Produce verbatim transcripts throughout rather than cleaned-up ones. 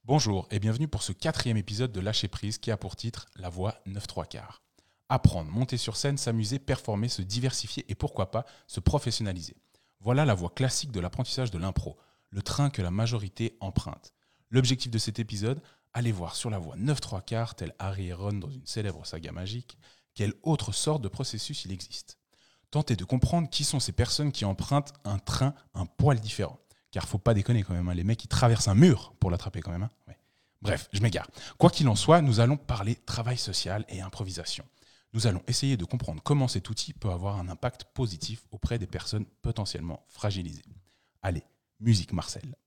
Bonjour et bienvenue pour ce quatrième épisode de Lâcher Prise qui a pour titre La Voix neuf trois quarts. Apprendre, monter sur scène, s'amuser, performer, se diversifier et pourquoi pas se professionnaliser. Voilà la voie classique de l'apprentissage de l'impro, le train que la majorité emprunte. L'objectif de cet épisode, aller voir sur la voie neuf trois quarts, tel Harry et Ron dans une célèbre saga magique, quelle autre sorte de processus il existe. Tenter de comprendre qui sont ces personnes qui empruntent un train un poil différent. Car faut pas déconner quand même, hein, les mecs qui traversent un mur pour l'attraper quand même. Hein. Ouais. Bref, je m'égare. Quoi qu'il en soit, nous allons parler travail social et improvisation. Nous allons essayer de comprendre comment cet outil peut avoir un impact positif auprès des personnes potentiellement fragilisées. Allez, musique Marcel.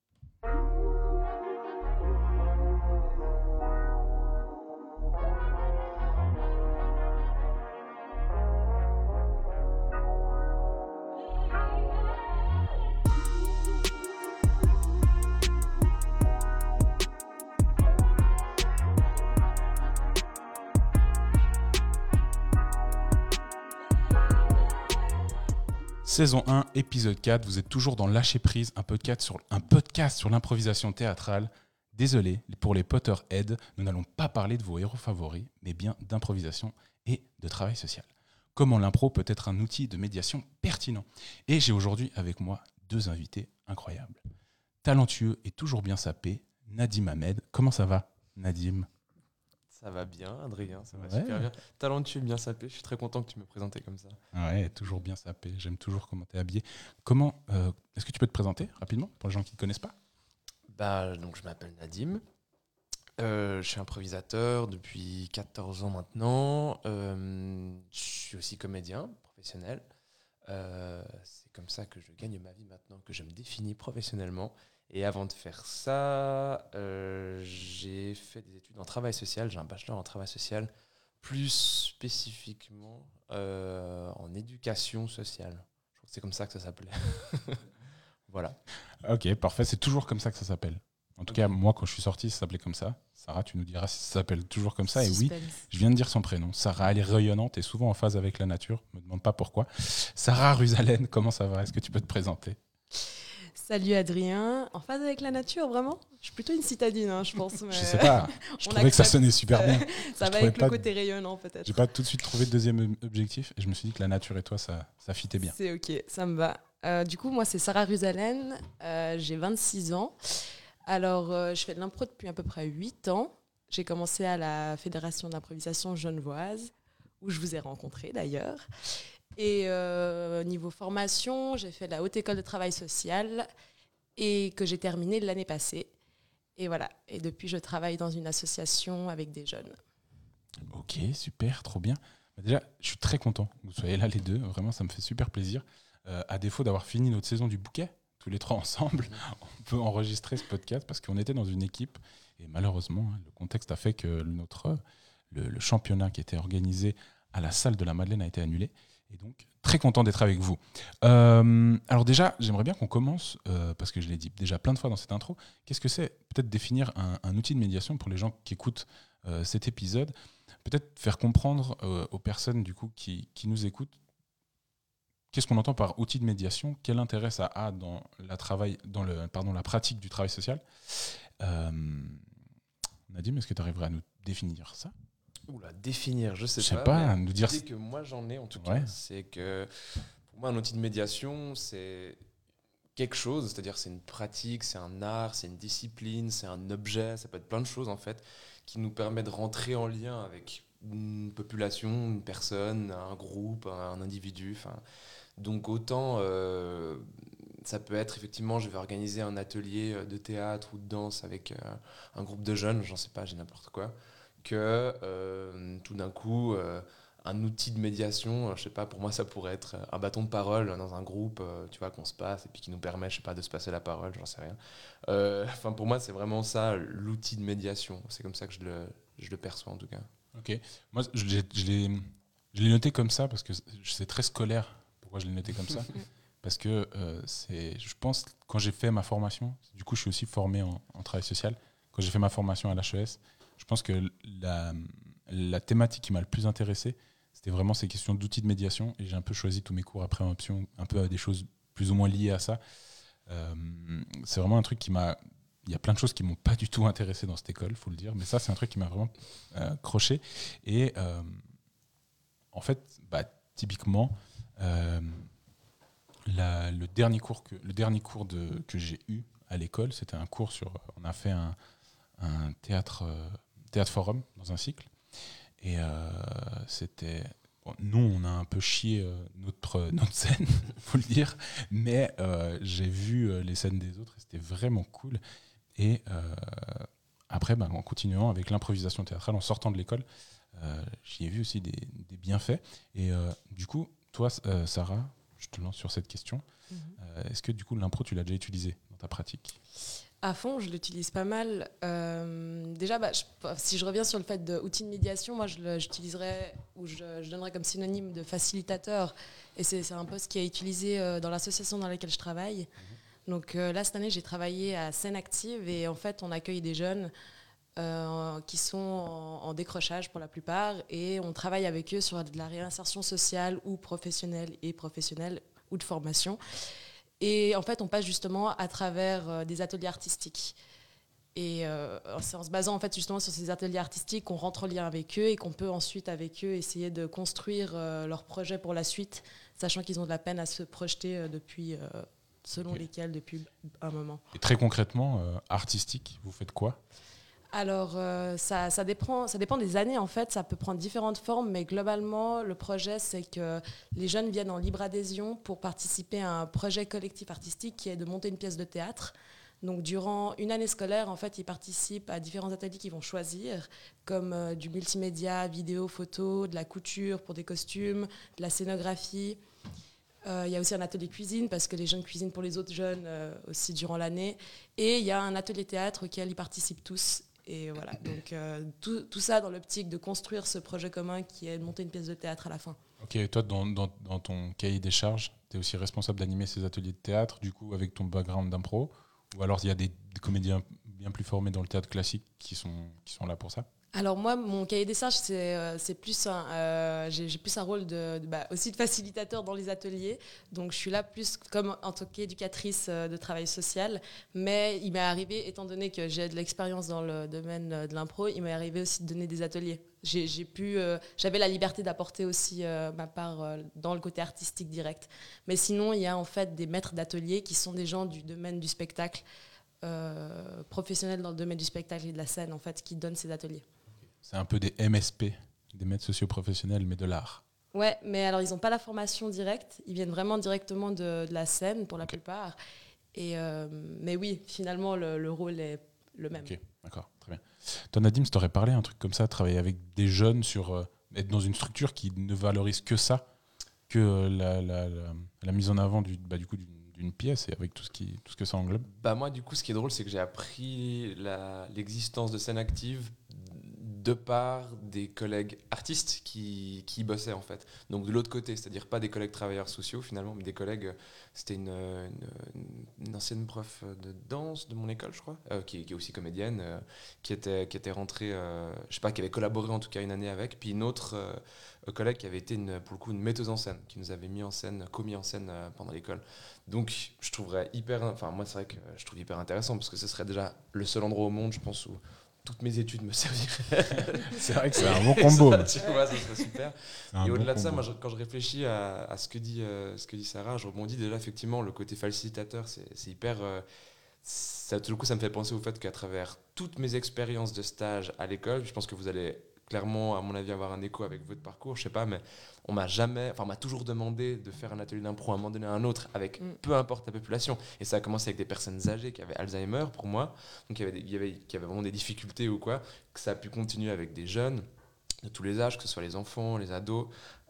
Saison un, épisode quatre, vous êtes toujours dans Lâcher Prise, un podcast sur, un podcast sur l'improvisation théâtrale. Désolé pour les Potterheads, nous n'allons pas parler de vos héros favoris, mais bien d'improvisation et de travail social. Comment l'impro peut être un outil de médiation pertinent. Et j'ai aujourd'hui avec moi deux invités incroyables. Talentueux et toujours bien sapé, Nadim Ahmed. Comment ça va, Nadim ? Ça va bien, Adrien, ça va Ouais. super bien. Talentueux, bien sapé, je suis très content que tu me présentes comme ça. Ouais, toujours bien sapé, j'aime toujours comment tu es habillé. Comment, euh, est-ce que tu peux te présenter rapidement pour les gens qui ne te connaissent pas ? Bah, donc, je m'appelle Nadim, euh, je suis improvisateur depuis quatorze ans maintenant, euh, je suis aussi comédien professionnel. Euh, c'est comme ça que je gagne ma vie maintenant, que je me définis professionnellement. Et avant de faire ça, euh, j'ai fait des études en travail social. J'ai un bachelor en travail social, plus spécifiquement euh, en éducation sociale. Je crois que c'est comme ça que ça s'appelait. Voilà. Ok, parfait. C'est toujours comme ça que ça s'appelle. En tout Ok. cas, moi, quand je suis sorti, ça s'appelait comme ça. Sarah, tu nous diras si ça s'appelle toujours comme ça. Et oui, Suspense. je viens de dire son prénom. Sarah, elle est rayonnante et souvent en phase avec la nature. Ne me demande pas pourquoi. Sarah Rusalène, comment ça va ? Est-ce que tu peux te présenter ? Salut Adrien, en phase avec la nature, vraiment ? Je suis plutôt une citadine, hein, je pense. Mais Je sais pas. Je on trouvais que ça accepte, sonnait super ça- bien. Ça Je va trouvais avec pas le de- côté rayonnant, peut-être. J'ai pas tout de suite trouvé de deuxième objectif et je me suis dit que la nature et toi, ça, ça fitait bien. C'est ok, ça me va. Euh, du coup, moi, c'est Sarah Rusalène, euh, j'ai vingt-six ans. Alors, euh, je fais de l'impro depuis à peu près huit ans. J'ai commencé à la Fédération d'improvisation genevoise, où je vous ai rencontré d'ailleurs. Et euh, niveau formation, j'ai fait la Haute École de Travail Social et que j'ai terminée l'année passée. Et voilà. Et depuis, je travaille dans une association avec des jeunes. Ok, super, trop bien. Bah déjà, je suis très content que vous soyez là les deux. Vraiment, ça me fait super plaisir. Euh, à défaut d'avoir fini notre saison du bouquet, tous les trois ensemble, on peut enregistrer ce podcast parce qu'on était dans une équipe. Et malheureusement, hein, le contexte a fait que notre, le, le championnat qui était organisé à la salle de la Madeleine a été annulé. Et donc, très content d'être avec vous. Euh, alors déjà, j'aimerais bien qu'on commence, euh, parce que je l'ai dit déjà plein de fois dans cette intro, qu'est-ce que c'est ? Peut-être définir un, un outil de médiation pour les gens qui écoutent euh, cet épisode. Peut-être faire comprendre euh, aux personnes du coup, qui, qui nous écoutent qu'est-ce qu'on entend par outil de médiation, quel intérêt ça a dans la, travail, dans le, pardon, la pratique du travail social. Euh, Nadim, est-ce que tu arriverais à nous définir ça ? Oula, définir, je sais Je sais pas. pas, mais nous dire- l'idée que moi j'en ai en tout Ouais. cas, c'est que pour moi un outil de médiation, c'est quelque chose, c'est-à-dire c'est une pratique, c'est un art, c'est une discipline, c'est un objet, ça peut être plein de choses en fait, qui nous permet de rentrer en lien avec une population, une personne, un groupe, un individu. Enfin, donc autant euh, ça peut être effectivement, je vais organiser un atelier de théâtre ou de danse avec euh, un groupe de jeunes, j'en sais pas, j'ai n'importe quoi, que euh, tout d'un coup euh, un outil de médiation, je sais pas, pour moi ça pourrait être un bâton de parole dans un groupe, euh, tu vois, qu'on se passe et puis qui nous permet, je sais pas, de se passer la parole, j'en sais rien. Euh, Enfin, pour moi c'est vraiment ça l'outil de médiation, c'est comme ça que je le, je le perçois en tout cas. Ok. Moi, je l'ai, je l'ai, je l'ai noté comme ça parce que c'est très scolaire. Pourquoi je l'ai noté comme ça ? Parce que euh, c'est, je pense, quand j'ai fait ma formation, du coup, je suis aussi formé en, en travail social. Quand j'ai fait ma formation à l'H E S, je pense que la, la thématique qui m'a le plus intéressé, c'était vraiment ces questions d'outils de médiation. Et j'ai un peu choisi tous mes cours après en option, un peu à des choses plus ou moins liées à ça. Euh, c'est vraiment un truc qui m'a il y a plein de choses qui m'ont pas du tout intéressé dans cette école, faut le dire, mais ça c'est un truc qui m'a vraiment euh, croché. Et euh, en fait, bah, typiquement, euh, la, le dernier cours que le dernier cours de, que j'ai eu à l'école, c'était un cours sur, on a fait un, un théâtre euh, théâtre forum dans un cycle, et euh, c'était bon, nous on a un peu chié euh, notre notre scène, faut le dire, mais euh, j'ai vu euh, les scènes des autres et c'était vraiment cool. Et euh, après, bah, en continuant avec l'improvisation théâtrale, en sortant de l'école, euh, j'y ai vu aussi des, des bienfaits. Et euh, du coup, toi, euh, Sarah, je te lance sur cette question. Mm-hmm. Euh, est-ce que du coup, l'impro, tu l'as déjà utilisé dans ta pratique ? À fond, je l'utilise pas mal. Euh, déjà, bah, je, si je reviens sur le fait d'outil de médiation, moi, je le, j'utiliserais ou je, je donnerais comme synonyme de facilitateur. Et c'est, c'est un poste qui est utilisé euh, dans l'association dans laquelle je travaille. Mm-hmm. Donc euh, là, cette année, j'ai travaillé à Scène Active et en fait, on accueille des jeunes euh, qui sont en, en décrochage pour la plupart et on travaille avec eux sur de la réinsertion sociale ou professionnelle et professionnelle ou de formation. Et en fait, on passe justement à travers euh, des ateliers artistiques. Et euh, c'est en se basant en fait, justement sur ces ateliers artistiques qu'on rentre en lien avec eux et qu'on peut ensuite, avec eux, essayer de construire euh, leur projet pour la suite, sachant qu'ils ont de la peine à se projeter euh, depuis... Euh, selon okay. lesquels depuis un moment. Et très concrètement, euh, artistique, vous faites quoi ? Alors, euh, ça, ça, dépend, ça dépend des années, en fait. Ça peut prendre différentes formes, mais globalement, le projet, c'est que les jeunes viennent en libre adhésion pour participer à un projet collectif artistique qui est de monter une pièce de théâtre. Donc, durant une année scolaire, en fait, ils participent à différents ateliers qu'ils vont choisir, comme euh, du multimédia, vidéo, photo, de la couture pour des costumes, de la scénographie. Il euh, y a aussi un atelier cuisine parce que les jeunes cuisinent pour les autres jeunes euh, aussi durant l'année. Et il y a un atelier théâtre auquel ils participent tous. Et voilà, donc euh, tout, tout ça dans l'optique de construire ce projet commun qui est de monter une pièce de théâtre à la fin. Ok, et toi, dans, dans, dans ton cahier des charges, tu es aussi responsable d'animer ces ateliers de théâtre, du coup, avec ton background d'impro ? Ou alors il y a des, des comédiens bien plus formés dans le théâtre classique qui sont, qui sont là pour ça ? Alors moi, mon cahier des charges, c'est, euh, c'est plus un, euh, j'ai, j'ai plus un rôle de, de, bah, aussi de facilitateur dans les ateliers. Donc je suis là plus comme en tant qu'éducatrice euh, de travail social. Mais il m'est arrivé, étant donné que j'ai de l'expérience dans le domaine de l'impro, il m'est arrivé aussi de donner des ateliers. J'ai, j'ai pu, euh, j'avais la liberté d'apporter aussi euh, ma part euh, dans le côté artistique direct. Mais sinon, il y a en fait des maîtres d'ateliers qui sont des gens du domaine du spectacle, euh, professionnels dans le domaine du spectacle et de la scène, en fait, qui donnent ces ateliers. C'est un peu des M S P, des maîtres socio-professionnels, mais de l'art. Ouais, mais alors ils n'ont pas la formation directe, ils viennent vraiment directement de, de la scène pour la okay. plupart. Et euh, mais oui, finalement, le, le rôle est le même. Ok, d'accord, très bien. Toi, Nadim, tu t'aurais parlé un truc comme ça, travailler avec des jeunes, sur euh, être dans une structure qui ne valorise que ça, que euh, la, la, la, la mise en avant du, bah, du coup, d'une, d'une pièce et avec tout ce, qui, tout ce que ça englobe. Bah moi, du coup, ce qui est drôle, c'est que j'ai appris la, l'existence de Scène Active de part des collègues artistes qui, qui bossaient en fait. Donc de l'autre côté, c'est-à-dire pas des collègues travailleurs sociaux finalement, mais des collègues, c'était une, une, une ancienne prof de danse de mon école je crois, euh, qui, qui est aussi comédienne, euh, qui, était, qui était rentrée, euh, je sais pas, qui avait collaboré en tout cas une année avec, puis une autre euh, collègue qui avait été une, pour le coup une metteuse en scène, qui nous avait mis en scène, commis en scène euh, pendant l'école. Donc je trouverais hyper, enfin moi c'est vrai que je trouve hyper intéressant parce que ce serait déjà le seul endroit au monde je pense où toutes mes études me serviraient. C'est vrai que c'est un bon combo. Ça, tu vois, ça serait super. Et au-delà bon de ça, combo. moi, je, quand je réfléchis à, à ce, que dit, euh, ce que dit Sarah, je rebondis déjà effectivement, le côté facilitateur, c'est, c'est hyper... Euh, ça, tout le coup, ça me fait penser au fait qu'à travers toutes mes expériences de stage à l'école, je pense que vous allez clairement, à mon avis, avoir un écho avec votre parcours, je sais pas, mais on m'a jamais, enfin, on m'a toujours demandé de faire un atelier d'impro à un moment donné à un autre, avec mm. peu importe la population. Et ça a commencé avec des personnes âgées qui avaient Alzheimer, pour moi, donc il y avait, des, il y avait, qui avaient vraiment des difficultés ou quoi, que ça a pu continuer avec des jeunes de tous les âges, que ce soit les enfants, les ados.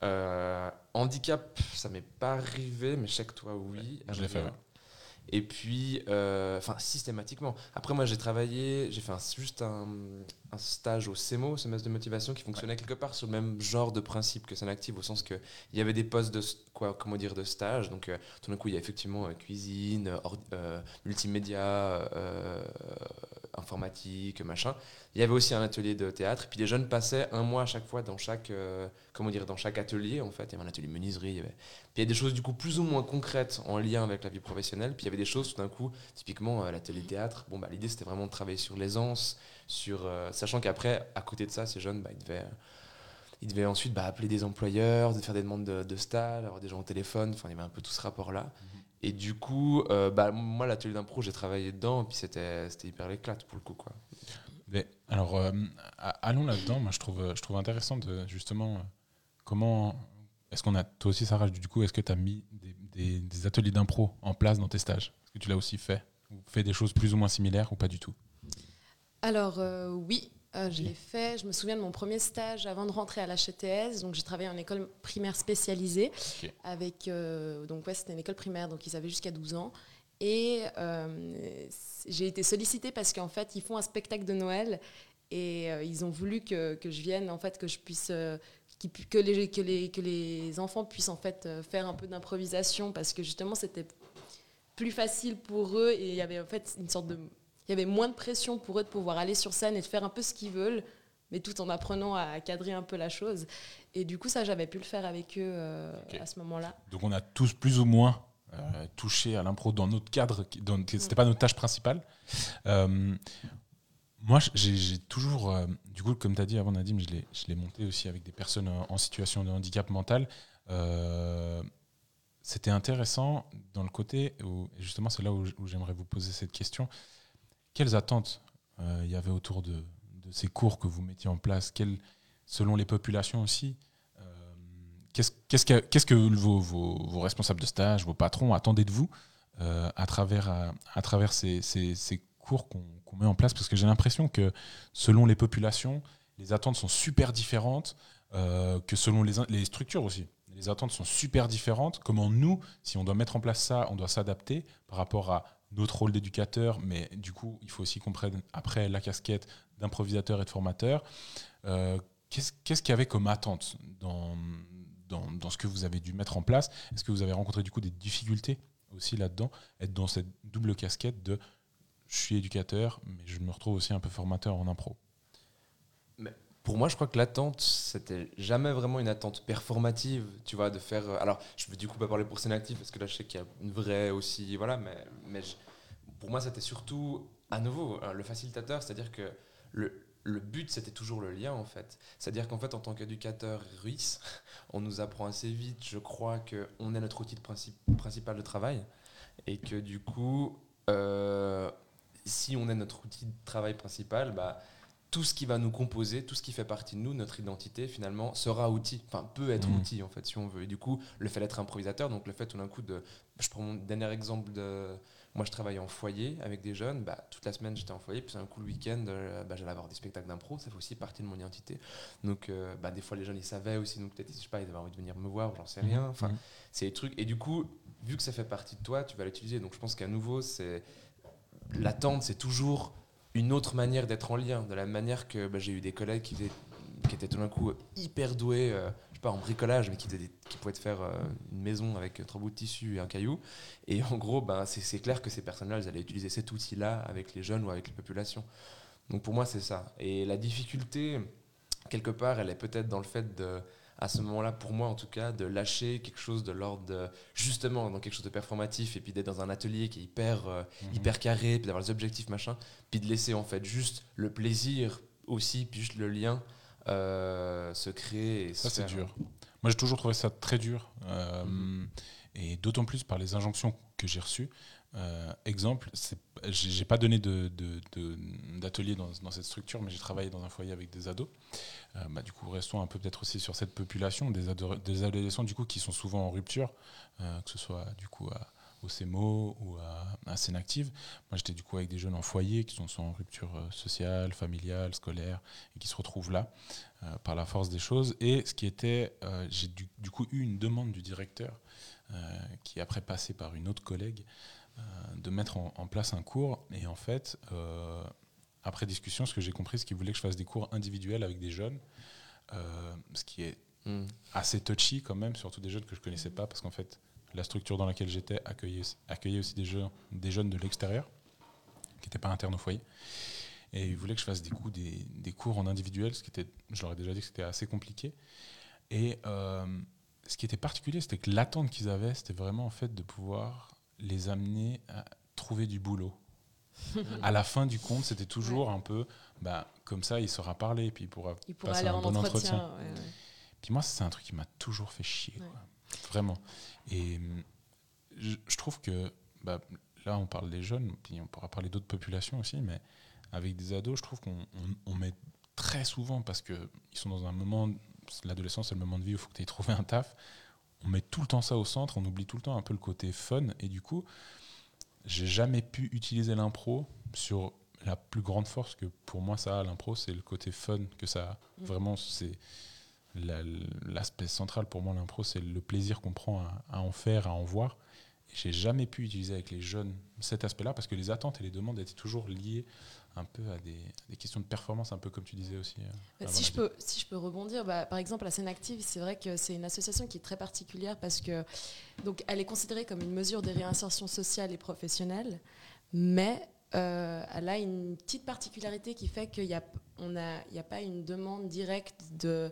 Euh, handicap, ça m'est pas arrivé, mais je sais que toi, oui. Je l'ai fait, ouais. Et puis, enfin, euh, systématiquement. Après, moi, j'ai travaillé, j'ai fait un, juste un, un stage au C E M O, semestre de motivation, qui fonctionnait ouais. quelque part sur le même genre de principe que Scène Active, au sens qu'il y avait des postes de, quoi, comment dire, de stage. Donc, euh, tout d'un coup, il y a effectivement euh, cuisine, or, euh, multimédia, euh, informatique, machin. Il y avait aussi un atelier de théâtre. Puis les jeunes passaient un mois à chaque fois dans chaque, euh, comment dire, dans chaque atelier. En fait, il y avait un atelier menuiserie. Il y avait... Puis il y a des choses du coup plus ou moins concrètes en lien avec la vie professionnelle. Puis il y avait des choses tout d'un coup, typiquement euh, l'atelier théâtre. Bon, bah, l'idée c'était vraiment de travailler sur l'aisance, sur, euh, sachant qu'après, à côté de ça, ces jeunes, bah, ils devaient... Ils devaient ensuite bah, appeler des employeurs, de faire des demandes de, de stage, avoir des gens au téléphone. Enfin, il y avait un peu tout ce rapport-là. Mmh. Et du coup, euh, bah, moi, l'atelier d'impro, j'ai travaillé dedans. Et puis, c'était, c'était hyper l'éclate pour le coup, quoi. Mais, alors, euh, allons là-dedans. Moi, je trouve, je trouve intéressant de, justement, euh, comment... Est-ce qu'on a... Toi aussi, Sarah, du coup, est-ce que tu as mis des, des, des ateliers d'impro en place dans tes stages ? Est-ce que tu l'as aussi fait ? Ou fait des choses plus ou moins similaires ou pas du tout ? Alors, euh, oui. Euh, je l'ai fait. Je me souviens de mon premier stage avant de rentrer à l'H E T S. Donc, j'ai travaillé en école primaire spécialisée. Okay. Avec, euh, donc, ouais, c'était une école primaire, donc ils avaient jusqu'à douze ans. Et euh, j'ai été sollicitée parce qu'en fait, ils font un spectacle de Noël et euh, ils ont voulu que, que je vienne, en fait, que je puisse, euh, que, les, que, les, que les enfants puissent en fait faire un peu d'improvisation parce que justement, c'était plus facile pour eux et il y avait en fait une sorte de Il y avait moins de pression pour eux de pouvoir aller sur scène et de faire un peu ce qu'ils veulent, mais tout en apprenant à cadrer un peu la chose. Et du coup, ça, j'avais pu le faire avec eux euh, okay. à ce moment-là. Donc, on a tous plus ou moins euh, touché à l'impro dans notre cadre. Dans, c'était mmh. pas notre tâche principale. Euh, moi, j'ai, j'ai toujours... Euh, du coup, comme tu as dit avant, Nadim, je l'ai, je l'ai monté aussi avec des personnes en situation de handicap mental. Euh, c'était intéressant dans le côté où... Et justement, c'est là où, où j'aimerais vous poser cette question. Quelles attentes euh, il y avait autour de, de ces cours que vous mettiez en place ? Quelles, selon les populations aussi, euh, qu'est-ce, qu'est-ce que, qu'est-ce que vos, vos, vos responsables de stage, vos patrons attendaient de vous euh, à travers, à, à travers ces, ces, ces cours qu'on, qu'on met en place ? Parce que j'ai l'impression que selon les populations, les attentes sont super différentes, euh, que selon les, les structures aussi. Les attentes sont super différentes. Comment nous, si on doit mettre en place ça, on doit s'adapter par rapport à notre rôle d'éducateur, mais du coup, il faut aussi qu'on prenne après la casquette d'improvisateur et de formateur. Euh, qu'est-ce, qu'est-ce qu'il y avait comme attente dans, dans, dans ce que vous avez dû mettre en place ? Est-ce que vous avez rencontré du coup des difficultés aussi là-dedans ? Être dans cette double casquette de je suis éducateur, mais je me retrouve aussi un peu formateur en impro. Mais pour moi, je crois que l'attente, c'était jamais vraiment une attente performative, tu vois, de faire... Alors, je veux du coup pas parler pour Sénactif, parce que là, je sais qu'il y a une vraie aussi... Voilà, mais, mais je, pour moi, c'était surtout, à nouveau, le facilitateur, c'est-à-dire que le, le but, c'était toujours le lien, en fait. C'est-à-dire qu'en fait, en tant qu'éducateur ruisse, on nous apprend assez vite, je crois, qu'on est notre outil de principe, principal de travail, et que du coup, euh, si on est notre outil de travail principal, bah... tout ce qui va nous composer, tout ce qui fait partie de nous, notre identité, finalement, sera outil, enfin, peut être mmh. outil, en fait, si on veut. Et du coup, le fait d'être improvisateur, donc le fait, tout d'un coup, de... Je prends mon dernier exemple de... Moi, je travaillais en foyer avec des jeunes, bah, toute la semaine, j'étais en foyer, puis un coup, le week-end, euh, bah, j'allais avoir des spectacles d'impro, ça fait aussi partie de mon identité. Donc, euh, bah, des fois, les jeunes, ils savaient aussi, donc peut-être, je sais pas, ils avaient envie de venir me voir, j'en sais rien. Enfin, mmh. c'est des trucs. Et du coup, vu que ça fait partie de toi, tu vas l'utiliser. Donc, je pense qu'à nouveau, c'est... l'attente, c'est toujours... une autre manière d'être en lien, de la manière que bah, j'ai eu des collègues qui, faisaient, qui étaient tout d'un coup hyper doués, euh, je sais pas, en bricolage, mais qui, des, qui pouvaient te faire euh, une maison avec trois bouts de tissu et un caillou. Et en gros, bah, c'est, c'est clair que ces personnes-là, elles allaient utiliser cet outil-là avec les jeunes ou avec les populations. Donc pour moi, c'est ça. Et la difficulté, quelque part, elle est peut-être dans le fait de... à ce moment-là, pour moi en tout cas, de lâcher quelque chose de l'ordre de, justement, dans quelque chose de performatif, et puis d'être dans un atelier qui est hyper, euh, mmh. hyper carré, puis d'avoir les objectifs, machin, puis de laisser en fait juste le plaisir aussi, puis juste le lien euh, se créer. Et ça, se c'est faire... dur. Moi, j'ai toujours trouvé ça très dur, euh, mmh. et d'autant plus par les injonctions que j'ai reçues. Euh, exemple, c'est, j'ai, j'ai pas donné de, de, de, d'atelier dans, dans cette structure, mais j'ai travaillé dans un foyer avec des ados. Euh, bah, du coup, restons un peu peut-être aussi sur cette population des, ado- des adolescents du coup qui sont souvent en rupture, euh, que ce soit du coup à, au C E M O ou à, à Sénactive. Moi, j'étais du coup avec des jeunes en foyer qui sont soit en rupture euh, sociale, familiale, scolaire, et qui se retrouvent là euh, par la force des choses. Et ce qui était, euh, j'ai du, du coup eu une demande du directeur euh, qui est après passé par une autre collègue. De mettre en, en place un cours, et en fait euh, après discussion, ce que j'ai compris, c'est qu'ils voulaient que je fasse des cours individuels avec des jeunes, euh, ce qui est mmh. assez touchy quand même, surtout des jeunes que je connaissais pas, parce qu'en fait la structure dans laquelle j'étais accueillait, accueillait aussi des jeunes, des jeunes de l'extérieur qui n'étaient pas internes au foyer, Et ils voulaient que je fasse des, coups, des, des cours en individuel, ce qui était, je leur ai déjà dit que c'était assez compliqué. Et euh, ce qui était particulier, c'était que l'attente qu'ils avaient, c'était vraiment en fait de pouvoir les amener à trouver du boulot. À la fin du compte, c'était toujours ouais. un peu, bah, comme ça, il saura parler, puis il pourra il pourra passer aller un en bon entretien. entretien. Ouais, ouais. Puis moi, c'est un truc qui m'a toujours fait chier, ouais. quoi. Vraiment. Et je, je trouve que, bah, là, on parle des jeunes, puis on pourra parler d'autres populations aussi, mais avec des ados, je trouve qu'on on, on met très souvent, parce qu'ils sont dans un moment, l'adolescence, c'est le moment de vie où il faut que tu aies trouvé un taf, on met tout le temps ça au centre, on oublie tout le temps un peu le côté fun, et du coup, j'ai jamais pu utiliser l'impro sur la plus grande force que pour moi ça a, l'impro, c'est le côté fun que ça a. Mmh. Vraiment, c'est la, l'aspect central pour moi, l'impro, c'est le plaisir qu'on prend à, à en faire, à en voir. Et j'ai jamais pu utiliser avec les jeunes cet aspect-là, parce que les attentes et les demandes étaient toujours liées un peu à des, des questions de performance, un peu comme tu disais aussi. Euh, si, je peux, si je peux rebondir, bah, par exemple, la Scène Active, c'est vrai que c'est une association qui est très particulière parce que donc, elle est considérée comme une mesure de réinsertion sociale et professionnelle, mais euh, elle a une petite particularité qui fait qu'il n'y a, on a, il y a pas une demande directe de...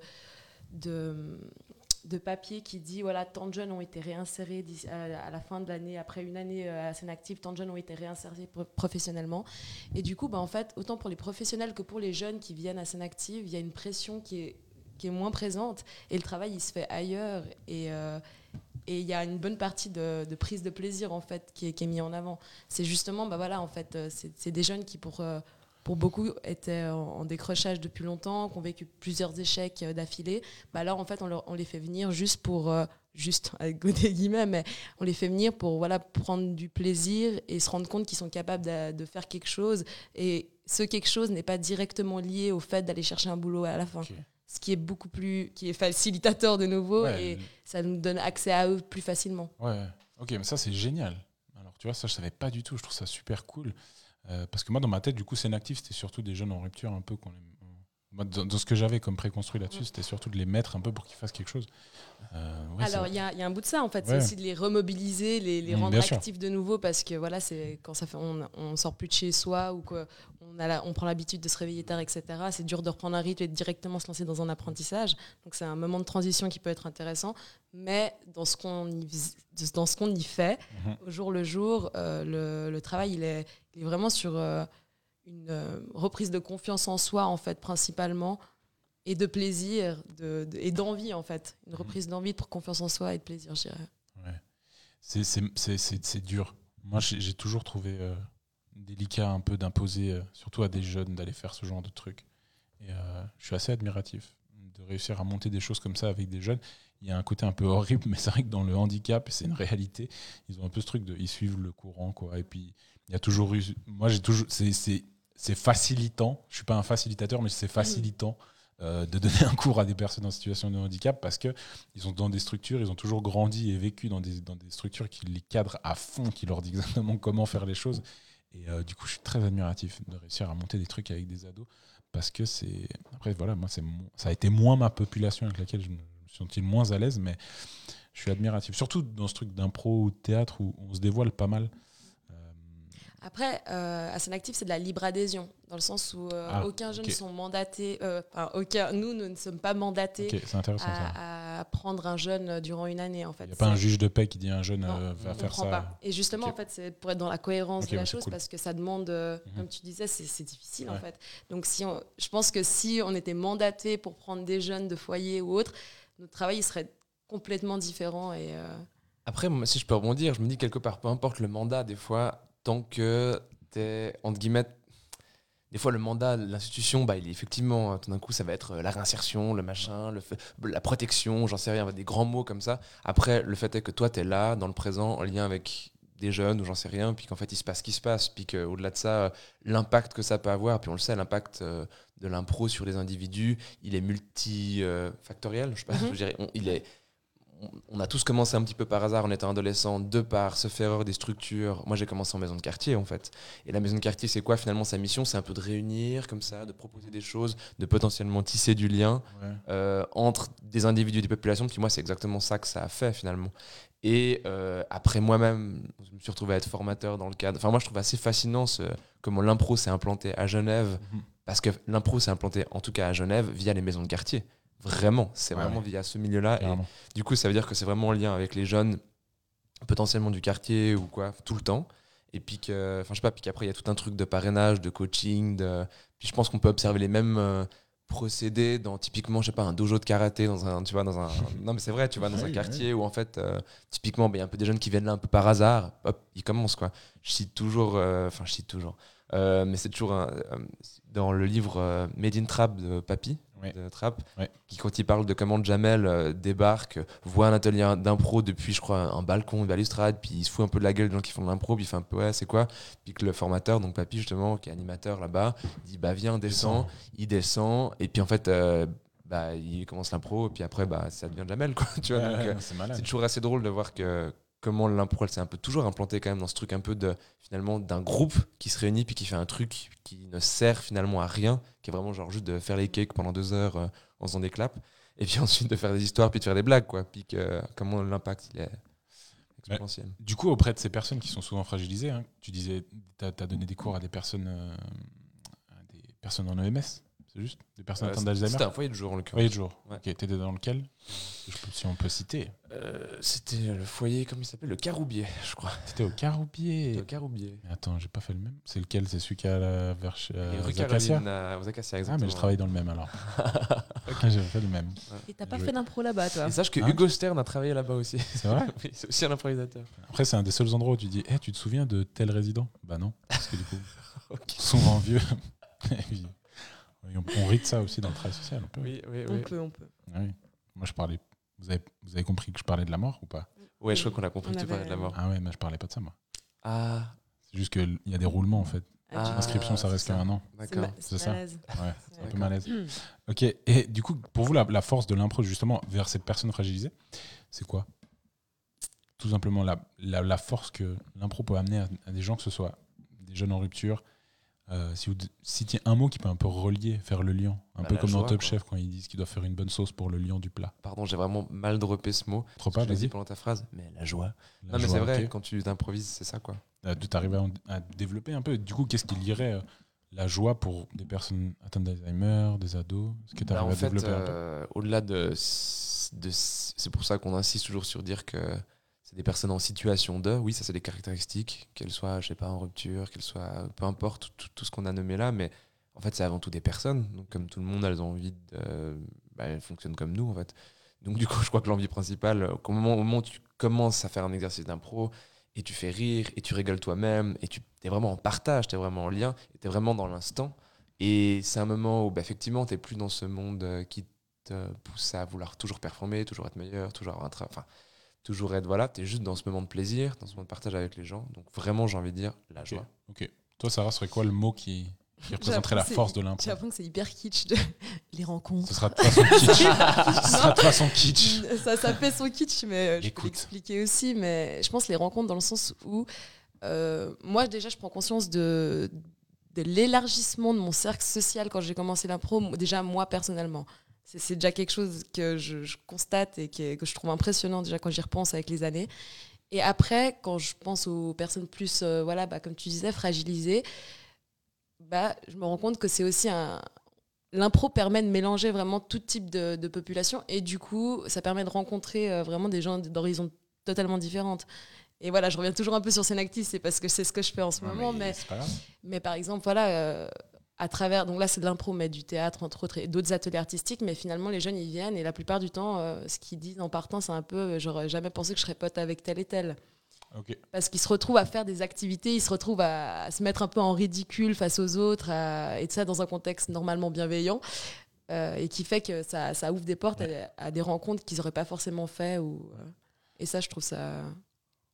de de papier qui dit voilà, tant de jeunes ont été réinsérés à la fin de l'année, après une année à Scène Active, tant de jeunes ont été réinsérés professionnellement. Et du coup, bah, en fait, autant pour les professionnels que pour les jeunes qui viennent à Scène Active, il y a une pression qui est, qui est moins présente et le travail, il se fait ailleurs. Et euh, et il y a une bonne partie de, de prise de plaisir, en fait, qui est, qui est mise en avant. C'est justement, bah, voilà, en fait, c'est, c'est des jeunes qui, pour... Euh, pour beaucoup, étaient en, en décrochage depuis longtemps, qui ont vécu plusieurs échecs euh, d'affilée. Bah là, en fait, on, leur, on les fait venir juste pour, euh, juste avec des guillemets, mais on les fait venir pour voilà, prendre du plaisir et se rendre compte qu'ils sont capables de, de faire quelque chose. Et ce quelque chose n'est pas directement lié au fait d'aller chercher un boulot à la fin. Okay. Ce qui est beaucoup plus, qui est facilitateur de nouveau, ouais, et ça nous donne accès à eux plus facilement. Ouais, ok, mais ça c'est génial. Alors tu vois, ça je savais pas du tout, je trouve ça super cool. Euh, parce que moi, dans ma tête, du coup, Scène Active, c'était surtout des jeunes en rupture, un peu. Qu'on les... Moi, dans, dans ce que j'avais comme préconstruit là-dessus, c'était surtout de les mettre un peu pour qu'ils fassent quelque chose. Euh, ouais, Alors, il y, y a un bout de ça, en fait. Ouais. C'est aussi de les remobiliser, les, les mmh, rendre actifs sûr. de nouveau, parce que voilà, c'est quand ça fait, on, on sort plus de chez soi ou qu'on a la, on prend l'habitude de se réveiller tard, et cetera. C'est dur de reprendre un rythme et de directement se lancer dans un apprentissage. Donc, c'est un moment de transition qui peut être intéressant. Mais dans ce qu'on y, dans ce qu'on y fait, mmh. au jour le jour, euh, le, le travail, il est, il est vraiment sur euh, une euh, reprise de confiance en soi, en fait, principalement, et de plaisir de, de, et d'envie, en fait. Une reprise d'envie, de confiance en soi et de plaisir, je dirais. Ouais. C'est, c'est, c'est, c'est, c'est dur. Moi, j'ai, j'ai toujours trouvé euh, délicat un peu d'imposer, euh, surtout à des jeunes, d'aller faire ce genre de trucs. Et euh, je suis assez admiratif de réussir à monter des choses comme ça avec des jeunes. Il y a un côté un peu horrible, mais c'est vrai que dans le handicap, c'est une réalité. Ils ont un peu ce truc de, ils suivent le courant, quoi. Et puis, il y a toujours eu, moi, j'ai toujours, c'est, c'est, c'est facilitant. Je suis pas un facilitateur, mais c'est facilitant. Mmh. Euh, de donner un cours à des personnes en situation de handicap parce qu'ils sont dans des structures, ils ont toujours grandi et vécu dans des, dans des structures qui les cadrent à fond, qui leur disent exactement comment faire les choses. Et euh, du coup, je suis très admiratif de réussir à monter des trucs avec des ados parce que c'est... Après, voilà, moi, c'est mon... ça a été moins ma population avec laquelle je me suis senti moins à l'aise, mais je suis admiratif. Surtout dans ce truc d'impro ou de théâtre où on se dévoile pas mal. Après, euh, à Scène Active, c'est de la libre adhésion, dans le sens où euh, ah, aucun jeune ne okay. sont mandatés, euh, enfin, aucun, nous, nous ne sommes pas mandatés okay, c'est intéressant, à, à prendre un jeune durant une année. En fait. Il n'y a pas un juge de paix qui dit à un jeune non, euh, va on faire prend ça. Pas. Et justement, okay. en fait, c'est pour être dans la cohérence okay, de la chose, cool. parce que ça demande, euh, mm-hmm. comme tu disais, c'est, c'est difficile ouais. en fait. Donc, si on, je pense que si on était mandaté pour prendre des jeunes de foyer ou autre, notre travail il serait complètement différent. Et, euh... Après, moi, si je peux rebondir, je me dis quelque part, peu importe le mandat, des fois, tant que t'es, entre guillemets, des fois le mandat de l'institution, bah, il est effectivement, tout d'un coup, ça va être la réinsertion, le machin, le fait, la protection, j'en sais rien, des grands mots comme ça. Après, le fait est que toi, t'es là, dans le présent, en lien avec des jeunes ou j'en sais rien, puis qu'en fait, il se passe ce qui se passe, puis qu'au-delà de ça, l'impact que ça peut avoir, puis on le sait, l'impact de l'impro sur les individus, il est multifactoriel, je sais pas, mm-hmm. je dirais, on, il est... on a tous commencé un petit peu par hasard en étant adolescent, de par se faire des structures. Moi, j'ai commencé en maison de quartier, en fait. Et la maison de quartier, c'est quoi finalement sa mission? C'est un peu de réunir, comme ça, de proposer des choses, de potentiellement tisser du lien Ouais. euh, entre des individus et des populations. Puis moi, c'est exactement ça que ça a fait finalement. Et euh, après moi-même, je me suis retrouvé à être formateur dans le cadre. Enfin, moi, je trouve assez fascinant ce, comment l'impro s'est implanté à Genève. Mhm. Parce que l'impro s'est implanté, en tout cas à Genève, via les maisons de quartier. Vraiment, c'est Ouais, vraiment ouais. via ce milieu-là. Et Carrément. du coup, ça veut dire que c'est vraiment en lien avec les jeunes, potentiellement du quartier ou quoi, tout le temps. Et puis que, enfin, je sais pas, puis qu'après, il y a tout un truc de parrainage, de coaching. De... Puis je pense qu'on peut observer les mêmes euh, procédés dans, typiquement, je sais pas, un dojo de karaté, dans un, tu vois, dans un. Non, mais c'est vrai, tu vois, dans Oui, un quartier où, en fait, euh, typiquement, ben, il y a un peu des jeunes qui viennent là un peu par hasard. Hop, ils commencent, quoi. Je cite toujours, euh, enfin, je cite toujours. Euh, mais c'est toujours un, euh, dans le livre euh, Made in Trap de Papy, Ouais. de Trap, Ouais. qui, quand il parle de comment Jamel euh, débarque, voit un atelier d'impro depuis, je crois, un balcon, une balustrade, puis il se fout un peu de la gueule des gens qui font de l'impro, puis il fait un peu, ouais, c'est quoi? Puis que le formateur, donc Papy, justement, qui est animateur là-bas, dit, bah, viens, descends. Il descend, et puis en fait, euh, bah, il commence l'impro, et puis après, bah, ça devient Jamel, quoi. Tu vois, Ouais, donc, ouais, euh, non, c'est malade. c'est toujours assez drôle de voir que comment l'impro, elle s'est un peu toujours implantée quand même dans ce truc un peu de, finalement, d'un groupe qui se réunit puis qui fait un truc qui ne sert finalement à rien, qui est vraiment genre juste de faire les cakes pendant deux heures euh, en faisant des claps, et puis ensuite de faire des histoires puis de faire des blagues, quoi. Puis que, comment l'impact, il est exponentiel. Du coup, auprès de ces personnes qui sont souvent fragilisées, hein, tu disais, tu as donné des cours à des personnes, euh, à des personnes en E M S, c'est juste? Des personnes Euh, atteintes c'était d'Alzheimer? un foyer de jour, en l'occurrence. Foyer de jour. Ouais. Ok, t'étais dans lequel? Je peux- Si on peut citer. Euh, c'était le foyer, comment il s'appelle? Le Caroubier, je crois. T'étais au Caroubier. Le Caroubier. Mais attends, j'ai pas fait le même. C'est lequel? C'est celui qui a la vers Et rue Zacasia? Caroline, à- aux Acacias, Ah, exactement. mais je travaille dans le même alors. Ok, j'ai fait le même. Et t'as pas Je- fait d'impro là-bas, toi? Et sache que Hein Hugo Stern a travaillé là-bas aussi. C'est vrai? Oui, c'est aussi un improvisateur. Après, c'est un des seuls endroits où tu dis, hey, tu te souviens de tel résident? Bah non, parce que du coup, Ok. souvent vieux. Et puis, on, on rit de ça aussi dans le travail social. Un peu. Oui, oui, On oui. peut, on peut. Ah oui. Moi, je parlais. Vous avez, vous avez compris que je parlais de la mort ou pas? Ouais, je crois qu'on a compris On que tu avait- parlais de la mort. Ah ouais, mais je parlais pas de ça, moi. Ah, C'est juste qu'il y a des roulements, en fait. Ah, tu- Ah, L'inscription, ça c'est reste ça. qu'un an. c'est d'accord. ma- c'est c'est ça. malaise. Ouais, c'est un peu D'accord. malaise. Ok, et du coup, pour vous, la, la force de l'impro, justement, vers cette personne fragilisée, c'est quoi? Tout simplement la, la, la force que l'impro peut amener à, à des gens, que ce soit des jeunes en rupture. Euh, si vous d- citiez un mot qui peut un peu relier, faire le lien, un Bah, peu la comme dans joie, Top quoi. Chef quand ils disent qu'ils doivent faire une bonne sauce pour le liant du plat. Pardon, j'ai vraiment mal droppé ce mot. Trop Je pas, l'ai dit vas-y. pendant ta phrase, mais la joie. La non, mais joie, c'est vrai, ok. quand tu improvises, c'est ça, quoi. Euh, de t'arriver à, en- à développer un peu. Du coup, qu'est-ce qui lierait euh, la joie pour des personnes atteintes d'Alzheimer, des ados? Est-ce que tu Bah, arrives en à fait, développer un peu? euh, au-delà de, de. C'est pour ça qu'on insiste toujours sur dire que c'est des personnes en situation de. Oui, ça, c'est des caractéristiques, qu'elles soient, je sais pas, en rupture, qu'elles soient. Peu importe, tout, tout ce qu'on a nommé là, mais en fait, c'est avant tout des personnes. Donc, comme tout le monde, elles ont envie de. Bah, elles fonctionnent comme nous, en fait. Donc, du coup, je crois que l'envie principale, au moment, au moment où tu commences à faire un exercice d'impro, et tu fais rire, et tu rigoles toi-même, et tu es vraiment en partage, tu es vraiment en lien, et tu es vraiment dans l'instant. Et c'est un moment où, bah, effectivement, tu n'es plus dans ce monde euh, qui te pousse à vouloir toujours performer, toujours être meilleur, toujours avoir un tra- enfin, toujours être. Voilà, tu es juste dans ce moment de plaisir, dans ce moment de partage avec les gens. Donc, vraiment, j'ai envie de dire la joie. Ok. Toi, Sarah, serait quoi le mot qui, qui représenterait la l'impression que force c'est- de l'impro? J'ai l'impression que c'est hyper kitsch, de... les rencontres. Ce sera de toute façon kitsch. Ce sera de toute façon kitsch. Ça, ça fait son kitsch, mais euh, je peux Écoute. l'expliquer aussi. Mais je pense les rencontres dans le sens où euh, moi, déjà, je prends conscience de, de l'élargissement de mon cercle social quand j'ai commencé l'impro, m- déjà moi personnellement. C'est c'est déjà quelque chose que je, je constate et que, que je trouve impressionnant déjà quand j'y repense avec les années. Et après, quand je pense aux personnes plus, euh, voilà, bah, comme tu disais, fragilisées, bah, je me rends compte que c'est aussi un... L'impro permet de mélanger vraiment tout type de, de population et du coup, ça permet de rencontrer euh, vraiment des gens d'horizons totalement différentes. Et voilà, je reviens toujours un peu sur Senactis, c'est parce que c'est ce que je fais en ce Ouais, moment, mais, c'est pas grave. mais par exemple, voilà, euh, à travers, donc là c'est de l'impro, mais du théâtre entre autres et d'autres ateliers artistiques, mais finalement les jeunes ils viennent et la plupart du temps, euh, ce qu'ils disent en partant, c'est un peu, euh, j'aurais jamais pensé que je serais pote avec tel et tel. Ok. Parce qu'ils se retrouvent à faire des activités, ils se retrouvent à, à se mettre un peu en ridicule face aux autres, à- et tout ça dans un contexte normalement bienveillant, euh, et qui fait que ça, ça ouvre des portes à, à des rencontres qu'ils n'auraient pas forcément fait. Ou, euh, et ça, je trouve ça...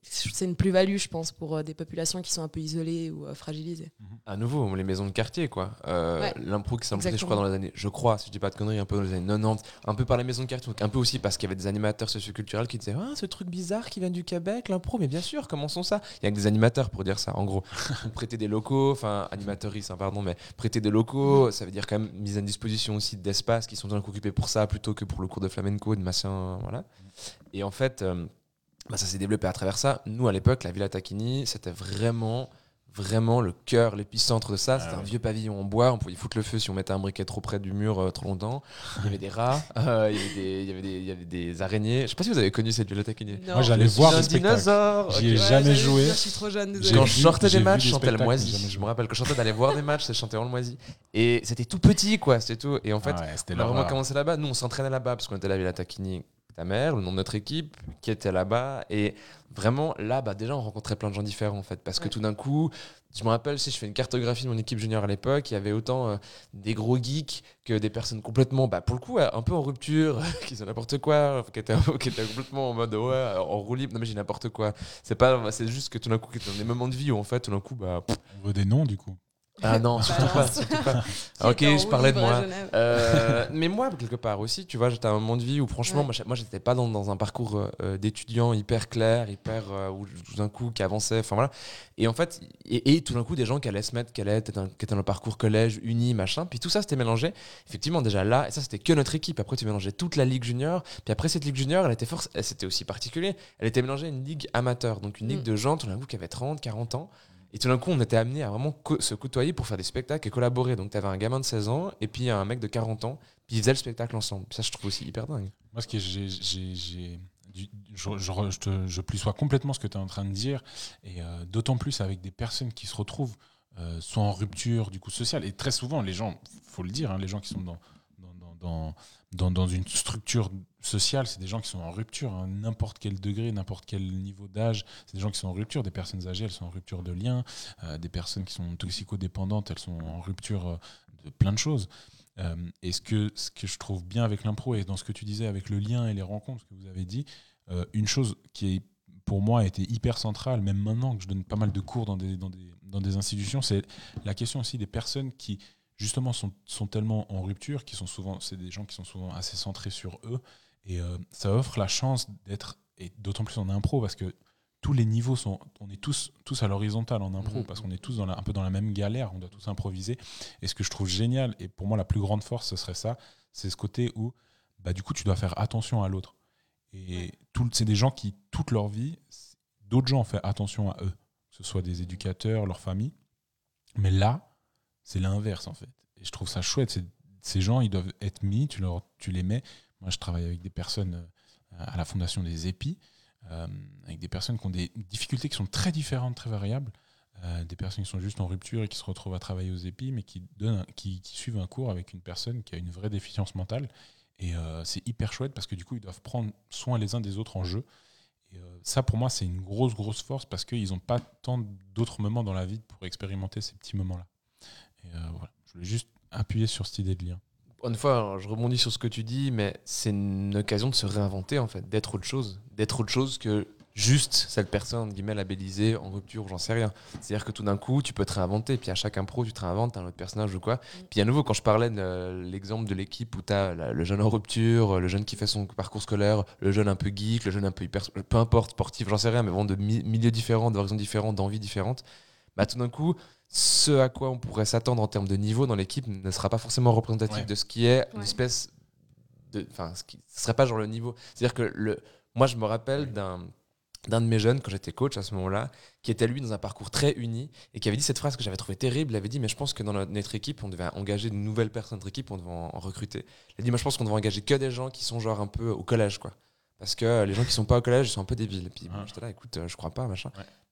c'est une plus-value, je pense, pour euh, des populations qui sont un peu isolées ou euh, fragilisées. À nouveau, les maisons de quartier, quoi. Euh, Ouais, l'impro qui s'est imposé, je exactement. crois, dans les années, je crois, si je dis pas de conneries, un peu dans les années quatre-vingt-dix, un peu par les maisons de quartier, donc un peu aussi parce qu'il y avait des animateurs socioculturels qui disaient ah, ce truc bizarre qui vient du Québec, l'impro, mais bien sûr, commençons ça. Il y a que des animateurs pour dire ça, en gros. Prêter des locaux, enfin, animateuristes, hein, pardon, mais prêter des locaux, ça veut dire quand même mise à disposition aussi d'espaces qui sont bien occupés pour ça plutôt que pour le cours de flamenco, de machin, voilà. Et en fait, euh, bah, ça s'est développé à travers ça. Nous, à l'époque, la Villa Tacchini, c'était vraiment, vraiment le cœur, l'épicentre de ça. C'était Ah un ouais. vieux pavillon en bois. On pouvait y foutre le feu si on mettait un briquet trop près du mur euh, trop longtemps. Il y avait des rats, euh, il, y avait des, il, y avait des, il y avait des araignées. Je sais pas si vous avez connu cette Villa Tacchini. Non. Moi, j'allais voir un le spectacle. dinosaure. J'y ai Ok. Ouais, jamais j'allais joué. dire, Je suis trop jeune, J'ai désolée. Quand vu- je sortais j'ai des vu matchs, des je chantais le spectacles, mais jamais moisi. Je joué. me rappelle que je chantais d'aller voir des matchs, je chantais en le moisi. Et c'était tout petit, quoi. C'était tout. Et en fait, Ah ouais, c'était on a vraiment l'horreur. commencé là-bas. Nous, on s'entraînait là-bas parce qu'on était à la Villa Tacchini, ta mère, le nom de notre équipe qui était là-bas. Et vraiment, là, bah, déjà, on rencontrait plein de gens différents, en fait. Parce que Ouais. tout d'un coup, je me rappelle, si je fais une cartographie de mon équipe junior à l'époque, il y avait autant euh, des gros geeks que des personnes complètement, bah, pour le coup, un peu en rupture, qui faisaient n'importe quoi, qui étaient, qui étaient complètement en mode, ouais, en roue libre. Non, mais j'ai n'importe quoi. C'est pas, c'est juste que tout d'un coup, qui étaient dans des moments de vie où, en fait, tout d'un coup, bah. pff, On veut des noms, du coup. ah non, surtout Balance. pas, surtout pas. Qui Ok, était en je roue parlais de libre à moi. Genève. Euh, mais moi, quelque part aussi, tu vois, j'étais à un moment de vie où, franchement, Ouais. moi, j'ai- moi, j'étais pas dans, dans un parcours euh, d'étudiant hyper clair, hyper, euh, où tout d'un coup, qui avançait, enfin voilà. Et en fait, et, et tout d'un coup, des gens qui allaient se mettre, qui allaient être un- qui étaient dans le parcours collège, uni, machin, puis tout ça, c'était mélangé. Effectivement, déjà là, et ça, c'était que notre équipe. Après, tu mélangeais toute la ligue junior, puis après, cette ligue junior, elle était force, elle, c'était aussi particulier. Elle était mélangée à une ligue amateur, donc une ligue Mm. de gens, tout d'un coup, qui avaient trente, quarante ans. Et tout d'un coup, on était amené à vraiment co- se côtoyer pour faire des spectacles et collaborer. Donc, tu avais un gamin de seize ans et puis un mec de quarante ans, puis ils faisaient le spectacle ensemble. Ça, je trouve aussi hyper dingue. Moi, ce que j'ai, j'ai, j'ai- du- je, je, re- je, te- je plie complètement ce que tu es en train de dire, et euh, d'autant plus avec des personnes qui se retrouvent euh, soit en rupture du coup sociale, et très souvent les gens, faut le dire, hein, les gens qui sont dans dans, dans, dans, dans, dans une structure sociale, c'est des gens qui sont en rupture, hein, n'importe quel degré, n'importe quel niveau d'âge, c'est des gens qui sont en rupture, des personnes âgées, elles sont en rupture de liens, euh, des personnes qui sont toxicodépendantes, elles sont en rupture euh, de plein de choses. Euh, et ce que, ce que je trouve bien avec l'impro et dans ce que tu disais avec le lien et les rencontres que vous avez dit, euh, une chose qui est, pour moi a été hyper centrale, même maintenant que je donne pas mal de cours dans des, dans des, dans des institutions, c'est la question aussi des personnes qui justement sont, sont tellement en rupture, qui sont souvent, c'est des gens qui sont souvent assez centrés sur eux, et euh, ça offre la chance d'être, et d'autant plus en impro, parce que tous les niveaux sont, on est tous, tous à l'horizontale en impro, Mmh. parce qu'on est tous dans la, un peu dans la même galère, on doit tous improviser. Et ce que je trouve génial, et pour moi la plus grande force, ce serait ça, c'est ce côté où, bah, du coup, tu dois faire attention à l'autre. Et tout, c'est des gens qui, toute leur vie, d'autres gens ont fait attention à eux, que ce soit des éducateurs, leur famille. Mais là, c'est l'inverse, en fait. Et je trouve ça chouette. C'est, ces gens, ils doivent être mis, tu, leur, tu les mets. Moi, je travaille avec des personnes euh, à la Fondation des Épis, euh, avec des personnes qui ont des difficultés qui sont très différentes, très variables. Euh, des personnes qui sont juste en rupture et qui se retrouvent à travailler aux épis, mais qui, donnent un- qui, qui suivent un cours avec une personne qui a une vraie déficience mentale. Et euh, c'est hyper chouette parce que du coup, ils doivent prendre soin les uns des autres en jeu. Et euh, ça, pour moi, c'est une grosse, grosse force parce qu'ils n'ont pas tant d'autres moments dans la vie pour expérimenter ces petits moments-là. Et euh, voilà, je voulais juste appuyer sur cette idée de lien. Une fois, je rebondis sur ce que tu dis, mais c'est une occasion de se réinventer, en fait, d'être autre chose. D'être autre chose que juste cette personne, entre guillemets, labellisée en rupture, j'en sais rien. C'est-à-dire que tout d'un coup, tu peux te réinventer, puis à chaque impro, tu te réinventes, t'as un autre personnage ou quoi. Puis à nouveau, quand je parlais de euh, l'exemple de l'équipe où t'as la- le jeune en rupture, le jeune qui fait son parcours scolaire, le jeune un peu geek, le jeune un peu hyper, peu importe, sportif, j'en sais rien, mais vraiment de mi- milieux différents, d'horizons différents, d'envies différentes, bah tout d'un coup, ce à quoi on pourrait s'attendre en termes de niveau dans l'équipe ne sera pas forcément représentatif Ouais. de ce qui est une Ouais. espèce de... Enfin, ce qui, ce serait pas genre le niveau. C'est-à-dire que le, moi, je me rappelle d'un d'un de mes jeunes, quand j'étais coach à ce moment-là, qui était lui dans un parcours très uni et qui avait dit cette phrase que j'avais trouvée terrible. Il avait dit, mais je pense que dans notre, notre équipe, on devait engager de nouvelles personnes de notre équipe, on devait en, en recruter. Il a dit, moi je pense qu'on devait engager que des gens qui sont genre un peu au collège, quoi. Parce que les gens qui sont pas au collège, ils sont un peu débiles. Et puis bon, Ouais. j'étais là, écoute, euh, je crois pas, machin. Ouais.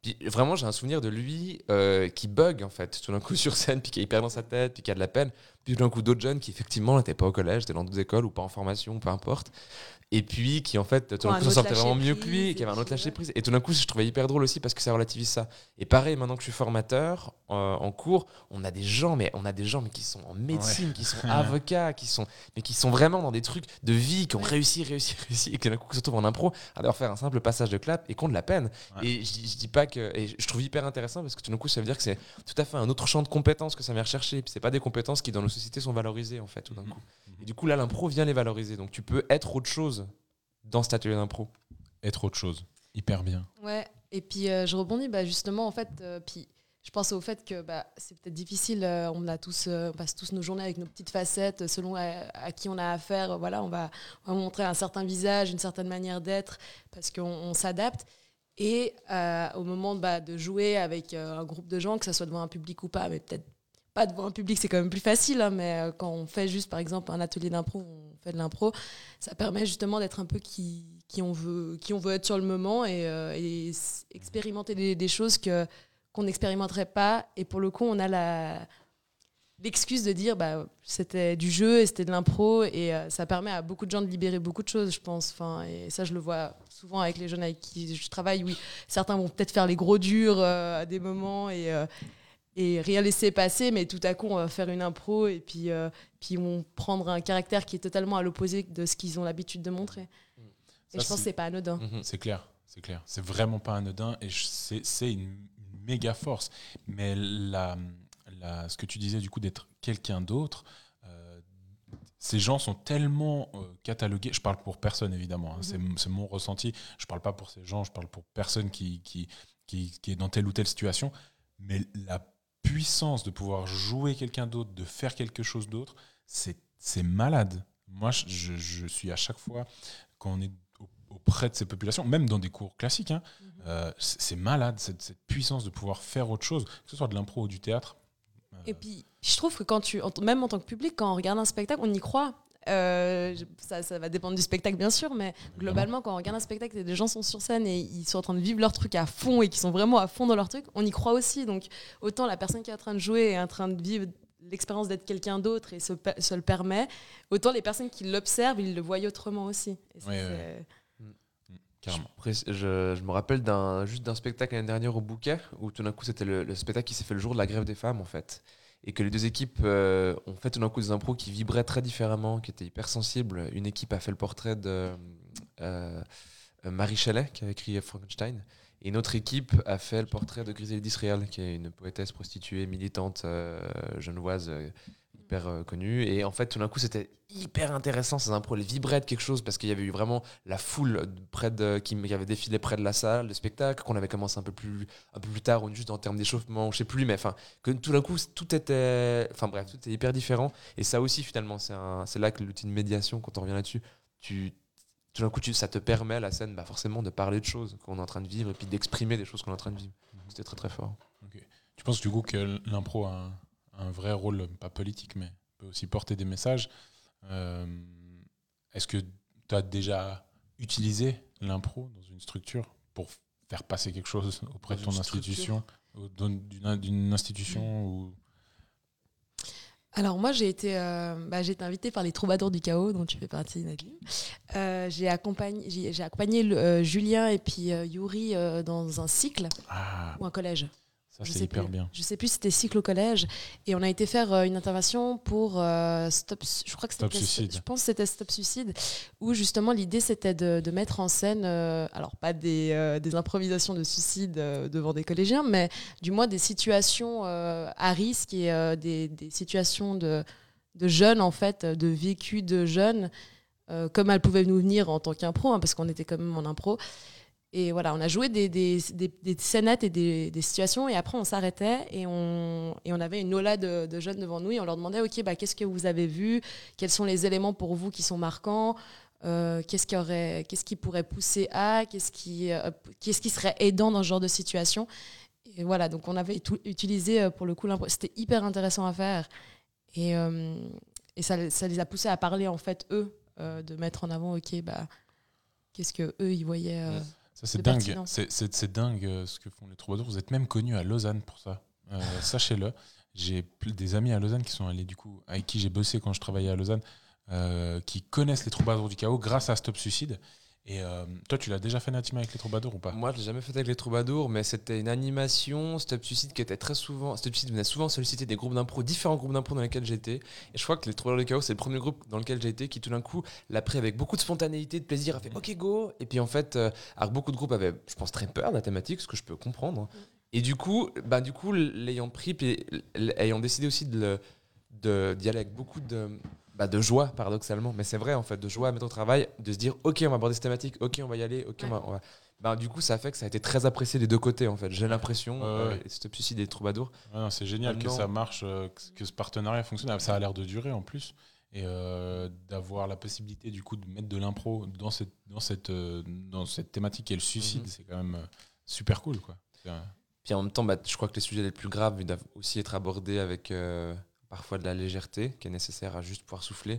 Puis vraiment, j'ai un souvenir de lui euh, qui bug en fait, tout d'un coup sur scène, puis qui est hyper dans sa tête, puis qui a de la peine. Puis tout d'un coup, d'autres jeunes qui effectivement n'étaient pas au collège, étaient dans d'autres écoles ou pas en formation, peu importe. Et puis qui en fait, tout d'un coup, s'en sortaient vraiment mieux que lui, qui avait un autre lâcher prise. Et tout d'un coup, je trouvais hyper drôle aussi parce que ça relativise ça. Et pareil, maintenant que je suis formateur euh, en cours, on a des gens, mais on a des gens mais qui sont en médecine, ouais. qui sont avocats, qui sont, mais qui sont vraiment dans des trucs de vie, qui ont ouais. réussi, réussi, réussi, et qui d'un coup se retrouvent en impro à leur faire un simple passage de clap et qui ont de la peine. Ouais. Et je, je dis pas que, et je trouve hyper intéressant parce que tout d'un coup, ça veut dire que c'est tout à fait un autre champ de compétences que ça vient rechercher. Et puis c'est pas des compétences qui dans nos sociétés sont valorisées en fait, tout d'un coup. Et du coup, là, l'impro vient les valoriser. Donc tu peux être autre chose dans cet atelier d'impro. Être autre chose. Hyper bien. Ouais. Et puis euh, je rebondis bah, justement en fait. Euh, puis je pense au fait que bah, c'est peut-être difficile. Euh, on a tous, euh, on passe tous nos journées avec nos petites facettes selon à, à qui on a affaire. Voilà, on va, on va montrer un certain visage, une certaine manière d'être parce qu'on on s'adapte. Et euh, au moment bah, de jouer avec euh, un groupe de gens, que ce soit devant un public ou pas, mais peut-être pas devant un public, c'est quand même plus facile, hein, mais euh, quand on fait juste, par exemple, un atelier d'impro, on fait de l'impro, ça permet justement d'être un peu qui, qui, on, veut, qui on veut être sur le moment et, euh, et expérimenter des, des choses que, qu'on n'expérimenterait pas. Et pour le coup, on a la, l'excuse de dire bah, c'était du jeu et c'était de l'impro et euh, ça permet à beaucoup de gens de libérer beaucoup de choses, je pense. Enfin, et ça, je le vois souvent avec les jeunes avec qui je travaille. Oui, certains vont peut-être faire les gros durs euh, à des moments et... Euh, et rien laisser passer, mais tout à coup on va faire une impro et puis, euh, puis on va prendre un caractère qui est totalement à l'opposé de ce qu'ils ont l'habitude de montrer. Ça, et je pense que c'est pas anodin. Mm-hmm. C'est clair, c'est clair. C'est vraiment pas anodin et c'est, c'est une, une méga force. Mais la, la, ce que tu disais du coup d'être quelqu'un d'autre, euh, ces gens sont tellement euh, catalogués, je parle pour personne évidemment, hein, mm-hmm. c'est, c'est mon ressenti, je parle pas pour ces gens, je parle pour personne qui, qui, qui, qui est dans telle ou telle situation, mais la puissance de pouvoir jouer quelqu'un d'autre, de faire quelque chose d'autre, c'est, c'est malade. Moi, je, je suis à chaque fois, quand on est auprès de ces populations, même dans des cours classiques, hein, mm-hmm. euh, c'est, c'est malade, cette, cette puissance de pouvoir faire autre chose, que ce soit de l'impro ou du théâtre. Euh... Et puis, je trouve que quand tu, même en tant que public, quand on regarde un spectacle, on y croit. Euh, ça, ça va dépendre du spectacle bien sûr, mais globalement quand on regarde un spectacle et des gens sont sur scène et ils sont en train de vivre leur truc à fond et qui sont vraiment à fond dans leur truc, on y croit aussi. Donc autant la personne qui est en train de jouer est en train de vivre l'expérience d'être quelqu'un d'autre et se, se le permet, autant les personnes qui l'observent ils le voient autrement aussi. Et ça, oui, c'est... oui. Carrément. Je, je, je me rappelle d'un, juste d'un spectacle l'année dernière au Bouquet où tout d'un coup c'était le, le spectacle qui s'est fait le jour de la grève des femmes en fait. Et que les deux équipes euh, ont fait tout d'un coup des impros qui vibraient très différemment, qui étaient hyper sensibles. Une équipe a fait le portrait de euh, Marie Shelley, qui a écrit Frankenstein. Et une autre équipe a fait le portrait de Griselda d'Israël, qui est une poétesse prostituée, militante, euh, genevoise, euh, hyper euh, connue. Et en fait, tout d'un coup, c'était hyper intéressant, ces impros. Elles vibraient de quelque chose, parce qu'il y avait eu vraiment la foule près de, qui, qui avait défilé près de la salle de spectacle, qu'on avait commencé un peu plus, un peu plus tard, ou juste en termes d'échauffement, je sais plus, mais enfin, que tout d'un coup, tout était... Enfin bref, tout était hyper différent. Et ça aussi, finalement, c'est, un, c'est là que l'outil de médiation, quand on revient là-dessus, tu... tout d'un coup, tu, ça te permet, la scène, bah forcément, de parler de choses qu'on est en train de vivre et puis d'exprimer des choses qu'on est en train de vivre. C'était très, très fort. Okay. Tu penses du coup que l'impro a un, un vrai rôle, pas politique, mais peut aussi porter des messages. Euh, est-ce que tu as déjà utilisé l'impro dans une structure pour faire passer quelque chose auprès dans de ton institution, d'une, d'une institution mmh. ou... Alors moi j'ai été, euh, bah, j'ai été invitée par les Troubadours du Chaos dont tu fais partie Nadine. Euh, j'ai accompagné, j'ai, j'ai accompagné le, euh, Julien et puis euh, Yuri euh, dans un cycle ah. ou un collège. Ça, c'est hyper plus. bien. Je sais plus si c'était cycle au collège. Et on a été faire euh, une intervention pour euh, Stop, je crois que c'était, Stop Suicide. Je pense que c'était Stop Suicide, où justement l'idée c'était de, de mettre en scène, euh, alors pas des, euh, des improvisations de suicide euh, devant des collégiens, mais du moins des situations euh, à risque et euh, des, des situations de, de jeunes, en fait, de vécu de jeunes, euh, comme elles pouvaient nous venir en tant qu'impro, hein, parce qu'on était quand même en impro. Et voilà, on a joué des, des, des, des scénettes et des, des situations, et après on s'arrêtait et on, et on avait une aula de, de jeunes devant nous et on leur demandait ok, bah, qu'est-ce que vous avez vu, quels sont les éléments pour vous qui sont marquants, euh, qu'est-ce, qui aurait, qu'est-ce qui pourrait pousser à, qu'est-ce qui, euh, qu'est-ce qui serait aidant dans ce genre de situation. Et voilà, donc on avait tout, utilisé pour le coup l'impro. C'était hyper intéressant à faire et, euh, et ça, ça les a poussés à parler en fait eux, euh, de mettre en avant ok, bah, qu'est-ce qu'eux ils voyaient. Euh, Ça, c'est de dingue. pertinence. C'est, c'est, c'est dingue euh, ce que font les troubadours. Vous êtes même connus à Lausanne pour ça. Euh, sachez-le. J'ai pl- des amis à Lausanne qui sont allés, du coup, avec qui j'ai bossé quand je travaillais à Lausanne, euh, qui connaissent les troubadours du chaos grâce à Stop Suicide. Et euh, toi, tu l'as déjà fait, Natima, avec les troubadours ou pas? Moi, je l'ai jamais fait avec les troubadours, mais c'était une animation Stop Suicide qui était très souvent. Stop Suicide venait souvent solliciter des groupes d'impro, différents groupes d'impro dans lesquels j'étais. Et je crois que les troubadours du chaos, c'est le premier groupe dans lequel j'ai été qui, tout d'un coup, l'a pris avec beaucoup de spontanéité, de plaisir, a fait OK, go. Et puis en fait, euh, alors beaucoup de groupes avaient, je pense, très peur de la thématique, ce que je peux comprendre. Et du coup, bah, du coup, l'ayant pris, puis ayant décidé aussi de le, de, d'y aller avec beaucoup de. Bah de joie, paradoxalement, mais c'est vrai en fait, de joie à mettre au travail, de se dire ok, on va aborder cette thématique, ok, on va y aller, ok, Ouais. on va, on va- Bah, du coup, ça fait que ça a été très apprécié des deux côtés en fait. J'ai l'impression, Ouais, euh, ouais. et Stop Suicide et Troubadour. Ouais, non, c'est génial Maintenant- que ça marche, euh, que, que ce partenariat fonctionne. Ça a l'air de durer en plus. Et euh, d'avoir la possibilité du coup de mettre de l'impro dans cette, dans cette, euh, dans cette thématique qui est le suicide, Mhm. c'est quand même euh, super cool, quoi. C'est, euh, Puis en même temps, bah, je crois que les sujets les plus graves ils doivent aussi être abordés avec euh, parfois de la légèreté qui est nécessaire à juste pouvoir souffler.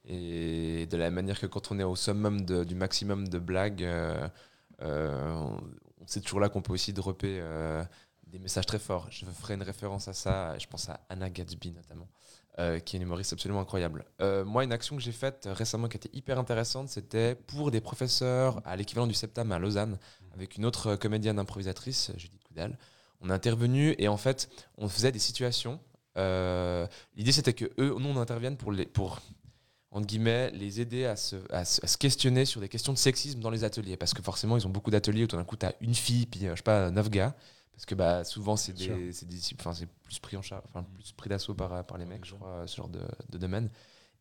Et de la même manière que quand on est au summum de- du maximum de blagues, euh, euh, on- c'est toujours là qu'on peut aussi dropper euh, des messages très forts. Je ferai une référence à ça, je pense à Anna Gatsby notamment, euh, qui est une humoriste absolument incroyable. Euh, moi, une action que j'ai faite récemment qui était hyper intéressante, c'était pour des professeurs à l'équivalent du Septam à Lausanne, avec une autre comédienne improvisatrice, Judith Coudal. On est intervenu et en fait, on faisait des situations. Euh, L'idée, c'était que eux, nous, on intervienne pour les, pour entre guillemets, les aider à se, à, se, à se questionner sur des questions de sexisme dans les ateliers. Parce que forcément, ils ont beaucoup d'ateliers où tout d'un coup, tu as une fille, puis euh, je sais pas, neuf gars. Parce que bah, souvent, c'est Bien des, c'est des disciples, enfin, c'est plus pris en charge, enfin, plus pris d'assaut par, par les mecs, je crois, ce genre de, de domaine.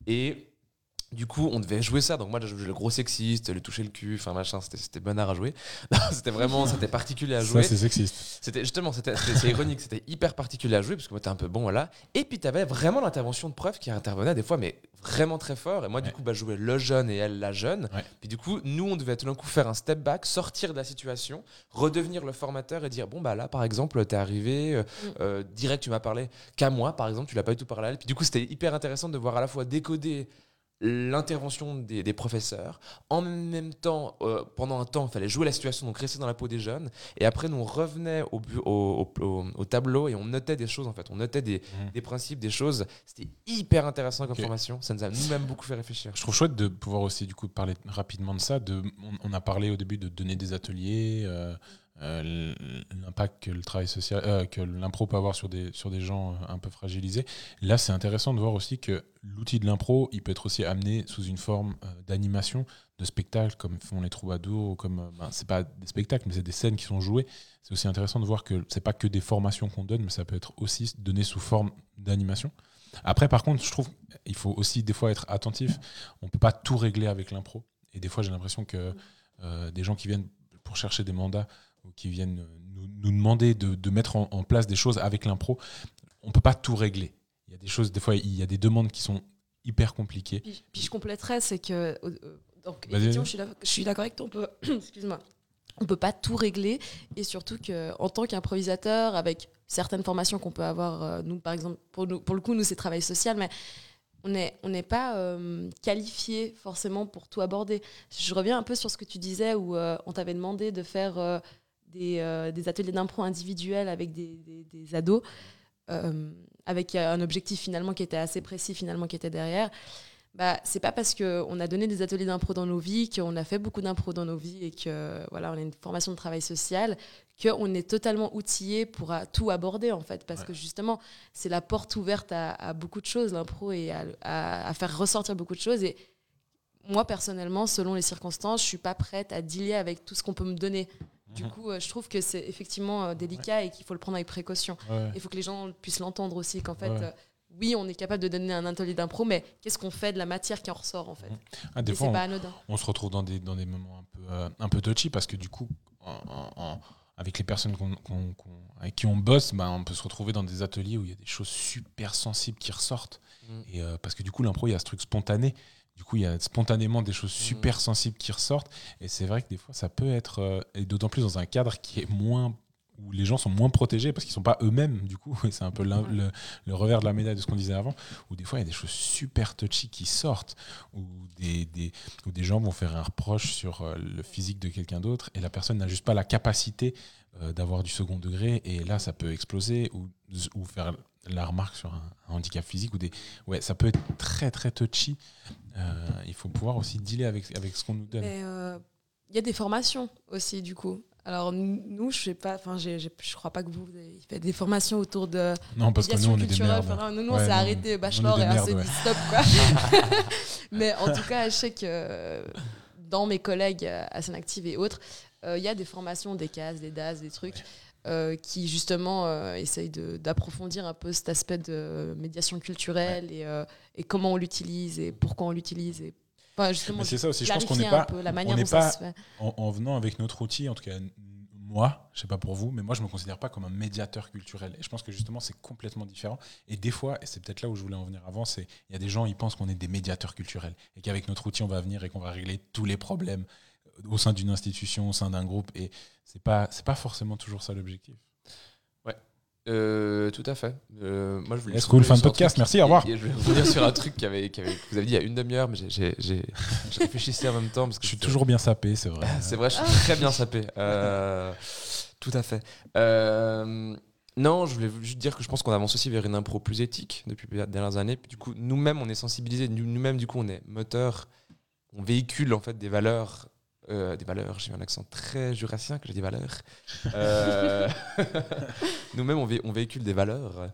Et du coup, on devait jouer ça. Donc, moi, j'ai joué le gros sexiste, le toucher le cul, enfin, machin, c'était, c'était bon art à jouer. Non, c'était vraiment, c'était particulier à jouer. ça, c'est sexiste. C'était justement, c'était, c'est, c'est ironique, c'était hyper particulier à jouer parce que moi, t'es un peu bon, voilà. Et puis, t'avais vraiment l'intervention de prof qui intervenait des fois, mais vraiment très fort. Et moi, Ouais. du coup, bah, je jouais le jeune et elle, la jeune. Ouais. Puis, du coup, nous, on devait tout d'un coup faire un step back, sortir de la situation, redevenir le formateur et dire bon, bah là, par exemple, t'es arrivé, euh, euh, direct, tu m'as parlé qu'à moi, par exemple, tu l'as pas du tout parlé à elle. Puis, du coup, c'était hyper intéressant de voir à la fois décoder l'intervention des, des professeurs. En même temps, euh, pendant un temps, il fallait jouer la situation, donc rester dans la peau des jeunes. Et après, nous, on revenait au, bu- au, au- au- au tableau et on notait des choses, en fait. On notait des, Mhm. des principes, des choses. C'était hyper intéressant comme Ok. formation. Ça nous a nous-mêmes beaucoup fait réfléchir. Je trouve chouette de pouvoir aussi du coup parler rapidement de ça. De, on, on a parlé au début de donner des ateliers, euh, euh, l'impact que le travail social, euh, que l'impro peut avoir sur des sur des gens euh, un peu fragilisés. Là, c'est intéressant de voir aussi que l'outil de l'impro, il peut être aussi amené sous une forme euh, d'animation, de spectacle, comme font les troubadours, ou comme euh, ben, c'est pas des spectacles, mais c'est des scènes qui sont jouées. C'est aussi intéressant de voir que c'est pas que des formations qu'on donne, mais ça peut être aussi donné sous forme d'animation. Après, par contre, je trouve qu'il faut aussi des fois être attentif. On ne peut pas tout régler avec l'impro. Et des fois, j'ai l'impression que euh, des gens qui viennent pour chercher des mandats ou qui viennent nous, nous demander de, de mettre en, en place des choses avec l'impro, on ne peut pas tout régler. Il y a des choses, des fois, il y a des demandes qui sont hyper compliquées. Puis, puis je compléterais, c'est que euh, donc Vas-y, effectivement, vas-y. je suis d'accord, je suis d'accord avec toi. On peut, excuse-moi, on peut pas tout régler, et surtout que en tant qu'improvisateur, avec certaines formations qu'on peut avoir, euh, nous par exemple, pour nous, pour le coup, nous c'est travail social, mais on n'est on n'est pas euh, qualifié forcément pour tout aborder. Je reviens un peu sur ce que tu disais où euh, on t'avait demandé de faire euh, des, euh, des ateliers d'impro individuels avec des, des, des ados. Euh, avec un objectif finalement qui était assez précis, finalement qui était derrière. Bah, c'est pas parce qu'on a donné des ateliers d'impro dans nos vies, qu'on a fait beaucoup d'impro dans nos vies et que voilà, on a une formation de travail social, qu'on est totalement outillé pour à, tout aborder en fait, parce Ouais. que justement c'est la porte ouverte à, à beaucoup de choses, l'impro, et à, à, à faire ressortir beaucoup de choses. Et moi personnellement, selon les circonstances, je suis pas prête à dealer avec tout ce qu'on peut me donner. Du Mhm. coup, euh, je trouve que c'est effectivement euh, délicat et qu'il faut le prendre avec précaution. Ouais. Il faut que les gens puissent l'entendre aussi, qu'en fait, Ouais. euh, oui, on est capable de donner un atelier d'impro, mais qu'est-ce qu'on fait de la matière qui en ressort, en fait? Ah, des Et fois, c'est on, pas anodin. on se retrouve dans des, dans des moments un peu, euh, un peu touchy parce que du coup, en- en- en- avec les personnes qu'on, qu'on- qu'on- avec qui on bosse, bah, on peut se retrouver dans des ateliers où il y a des choses super sensibles qui ressortent. Mm. Et, euh, parce que du coup, l'impro, il y a ce truc spontané. Du coup, il y a spontanément des choses super sensibles qui ressortent. Et c'est vrai que des fois, ça peut être, euh, et d'autant plus dans un cadre qui est moins où les gens sont moins protégés parce qu'ils sont pas eux-mêmes, du coup. Et c'est un peu le, le, le revers de la médaille de ce qu'on disait avant, où des fois, il y a des choses super touchy qui sortent, où des, des, où des gens vont faire un reproche sur euh, le physique de quelqu'un d'autre, et la personne n'a juste pas la capacité euh, d'avoir du second degré, et là, ça peut exploser, ou, ou faire la remarque sur un, un handicap physique, ou des... ouais, ça peut être très, très touchy. Euh, il faut pouvoir aussi dealer avec, avec ce qu'on nous donne. Il euh, y a des formations aussi, du coup. Alors, nous, je sais pas, enfin, j'ai, j'ai, je crois pas que vous, vous avez fait des formations autour de. Non, parce que nous, on est des merdes. Enfin, nous, nous, ouais, on s'est arrêté bachelor et on s'est dit stop, quoi. Mais en tout cas, je sais que dans mes collègues à Scène-Active et autres, il euh, y a des formations, des C A S, des D A S, des trucs. Ouais. Euh, qui justement euh, essayent de, d'approfondir un peu cet aspect de médiation culturelle ouais. et, euh, et comment on l'utilise et pourquoi on l'utilise. Et, enfin, justement, mais c'est ça aussi, je pense qu'on n'est pas, on n'est pas en, en venant avec notre outil, en tout cas moi, je ne sais pas pour vous, mais moi je ne me considère pas comme un médiateur culturel. Et je pense que justement c'est complètement différent. Et des fois, et c'est peut-être là où je voulais en venir avant, c'est il y a des gens, ils pensent qu'on est des médiateurs culturels et qu'avec notre outil on va venir et qu'on va régler tous les problèmes au sein d'une institution, au sein d'un groupe, et c'est pas c'est pas forcément toujours ça l'objectif. Ouais, euh, tout à fait. Euh, moi je voulais. Est-ce cool fin de podcast, merci, qui, au revoir. Je vais revenir sur un truc qui avait, qui avait, que vous avez dit il y a une demi-heure, mais j'ai, j'ai, j'ai, je réfléchissais en même temps parce que je suis toujours bien sapé, c'est vrai. C'est vrai, je suis très bien sapé. Euh, tout à fait. Euh, non, je voulais juste dire que je pense qu'on avance aussi vers une impro plus éthique depuis les dernières années. Puis, du coup, nous-mêmes, on est sensibilisés. Nous-mêmes, du coup, on est moteurs. On véhicule en fait des valeurs. Euh, des valeurs, j'ai eu un accent très jurassien que j'ai dit valeurs. Euh, Nous-mêmes, on, vé- on véhicule des valeurs.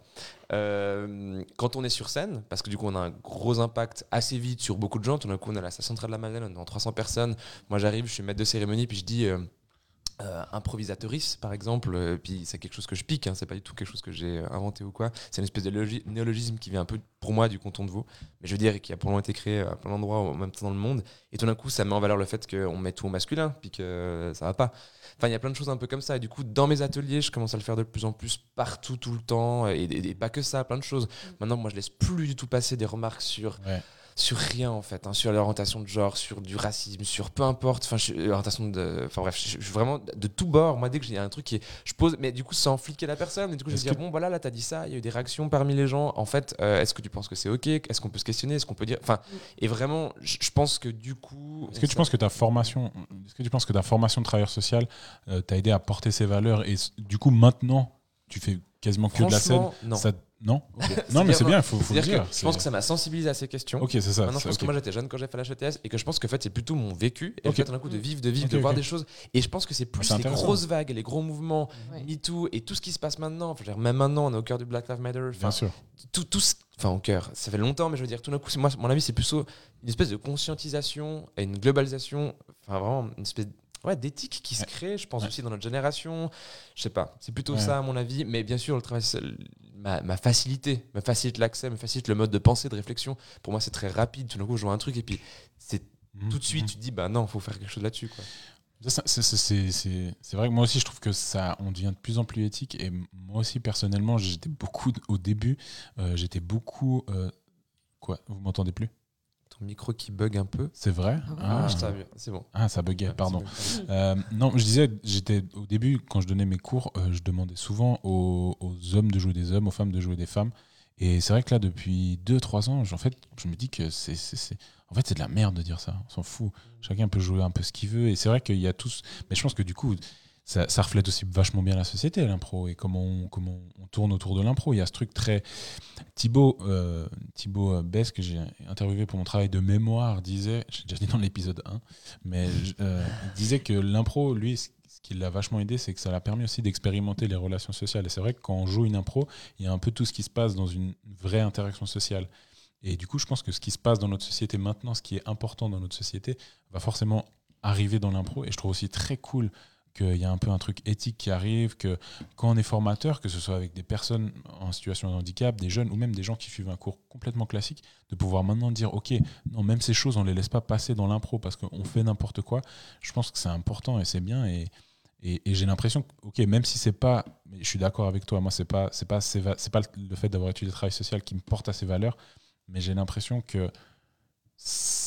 Euh, quand on est sur scène, parce que du coup, on a un gros impact assez vite sur beaucoup de gens. Tout d'un coup, on est à la station centrale de la Madeleine, on est dans trois cents personnes. Moi, j'arrive, je suis maître de cérémonie, puis je dis euh, euh, improvisatrice, par exemple. Euh, puis c'est quelque chose que je pique, hein, c'est pas du tout quelque chose que j'ai inventé ou quoi. C'est une espèce de logi- néologisme qui vient un peu, pour moi, du canton de Vaud. Mais je veux dire, qui a pour longtemps été créé à plein d'endroits en même temps dans le monde. Et tout d'un coup, ça met en valeur le fait qu'on met tout au masculin, puis que ça va pas. Enfin, il y a plein de choses un peu comme ça. Et du coup, dans mes ateliers, je commence à le faire de plus en plus partout, tout le temps. Et, et, et pas que ça, plein de choses. Mmh. Maintenant, moi, je laisse plus du tout passer des remarques sur... Ouais. Sur rien en fait, hein, sur l'orientation de genre, sur du racisme, sur peu importe, enfin l'orientation de, enfin bref, je, je, vraiment de tout bord. Moi dès que j'ai un truc qui est, je pose, mais du coup sans fliquer la personne, et du coup je vais dire bon voilà là t'as dit ça, il y a eu des réactions parmi les gens. En fait, euh, est-ce que tu penses que c'est ok? Est-ce qu'on peut se questionner? Est-ce qu'on peut dire, enfin et vraiment, je, je pense que du coup. Est-ce que tu penses que ta formation, est-ce que tu penses que ta formation de travailleur social euh, t'a aidé à porter ces valeurs et du coup maintenant tu fais quasiment que de la scène? Non. Ça, non okay. Non, mais c'est bien, il faut, faut le dire. Je pense que ça m'a sensibilisé à ces questions. Ok, c'est ça. Maintenant, je pense okay. que moi, j'étais jeune quand j'ai fait la H E T S et que je pense que en fait, c'est plutôt mon vécu et okay. le fait d'un coup de vivre, de vivre, okay, de voir okay. des choses. Et je pense que c'est plus c'est les grosses vagues, les gros mouvements, ouais. MeToo et tout ce qui se passe maintenant. Enfin, même maintenant, on est au cœur du Black Lives Matter. Bien sûr. Tout, tout, enfin, au cœur. Ça fait longtemps, mais je veux dire, tout d'un coup, moi, mon avis, c'est plutôt une espèce de conscientisation et une globalisation. Enfin, vraiment, une espèce de Ouais, d'éthique qui ouais. se crée, je pense ouais. aussi dans notre génération. Je sais pas, c'est plutôt ouais. ça à mon avis. Mais bien sûr, le travail, ma, ma facilité, me facilite l'accès, me facilite le mode de pensée, de réflexion. Pour moi, c'est très rapide. Tout d'un coup, je vois un truc et puis c'est mmh. tout de suite, mmh. tu te dis, bah non, il faut faire quelque chose là-dessus, quoi. Ça, c'est, c'est, c'est, c'est, c'est vrai que moi aussi, je trouve que ça, on devient de plus en plus éthique. Et moi aussi, personnellement, j'étais beaucoup au début, euh, j'étais beaucoup. Euh, quoi, vous m'entendez plus? Ton micro qui bug un peu. C'est vrai? Ah, ah. C'est bon. Ah, ça buguait, pardon. Euh, non, je disais, j'étais au début, quand je donnais mes cours, euh, je demandais souvent aux, aux hommes de jouer des hommes, aux femmes de jouer des femmes. Et c'est vrai que là, depuis deux trois ans, en fait, je me dis que c'est, c'est, c'est... En fait, c'est de la merde de dire ça. On s'en fout. Chacun peut jouer un peu ce qu'il veut. Et c'est vrai qu'il y a tous... Mais je pense que du coup... Ça, ça reflète aussi vachement bien la société, l'impro, et comment on, comment on tourne autour de l'impro. Il y a ce truc très... Thibaut, euh, Thibaut Besse, que j'ai interviewé pour mon travail de mémoire, disait, j'ai déjà dit dans l'épisode un, mais euh, il disait que l'impro, lui, ce qui l'a vachement aidé, c'est que ça l'a permis aussi d'expérimenter les relations sociales. Et c'est vrai que quand on joue une impro, il y a un peu tout ce qui se passe dans une vraie interaction sociale. Et du coup, je pense que ce qui se passe dans notre société maintenant, ce qui est important dans notre société, va forcément arriver dans l'impro. Et je trouve aussi très cool qu'il y a un peu un truc éthique qui arrive, que quand on est formateur, que ce soit avec des personnes en situation de handicap, des jeunes ou même des gens qui suivent un cours complètement classique, de pouvoir maintenant dire ok, non, même ces choses, on ne les laisse pas passer dans l'impro parce qu'on fait n'importe quoi. Je pense que c'est important et c'est bien. Et, et, et j'ai l'impression que, ok, même si c'est pas, mais je suis d'accord avec toi, moi, c'est pas, c'est pas, c'est, c'est pas le fait d'avoir étudié le travail social qui me porte à ces valeurs, mais j'ai l'impression que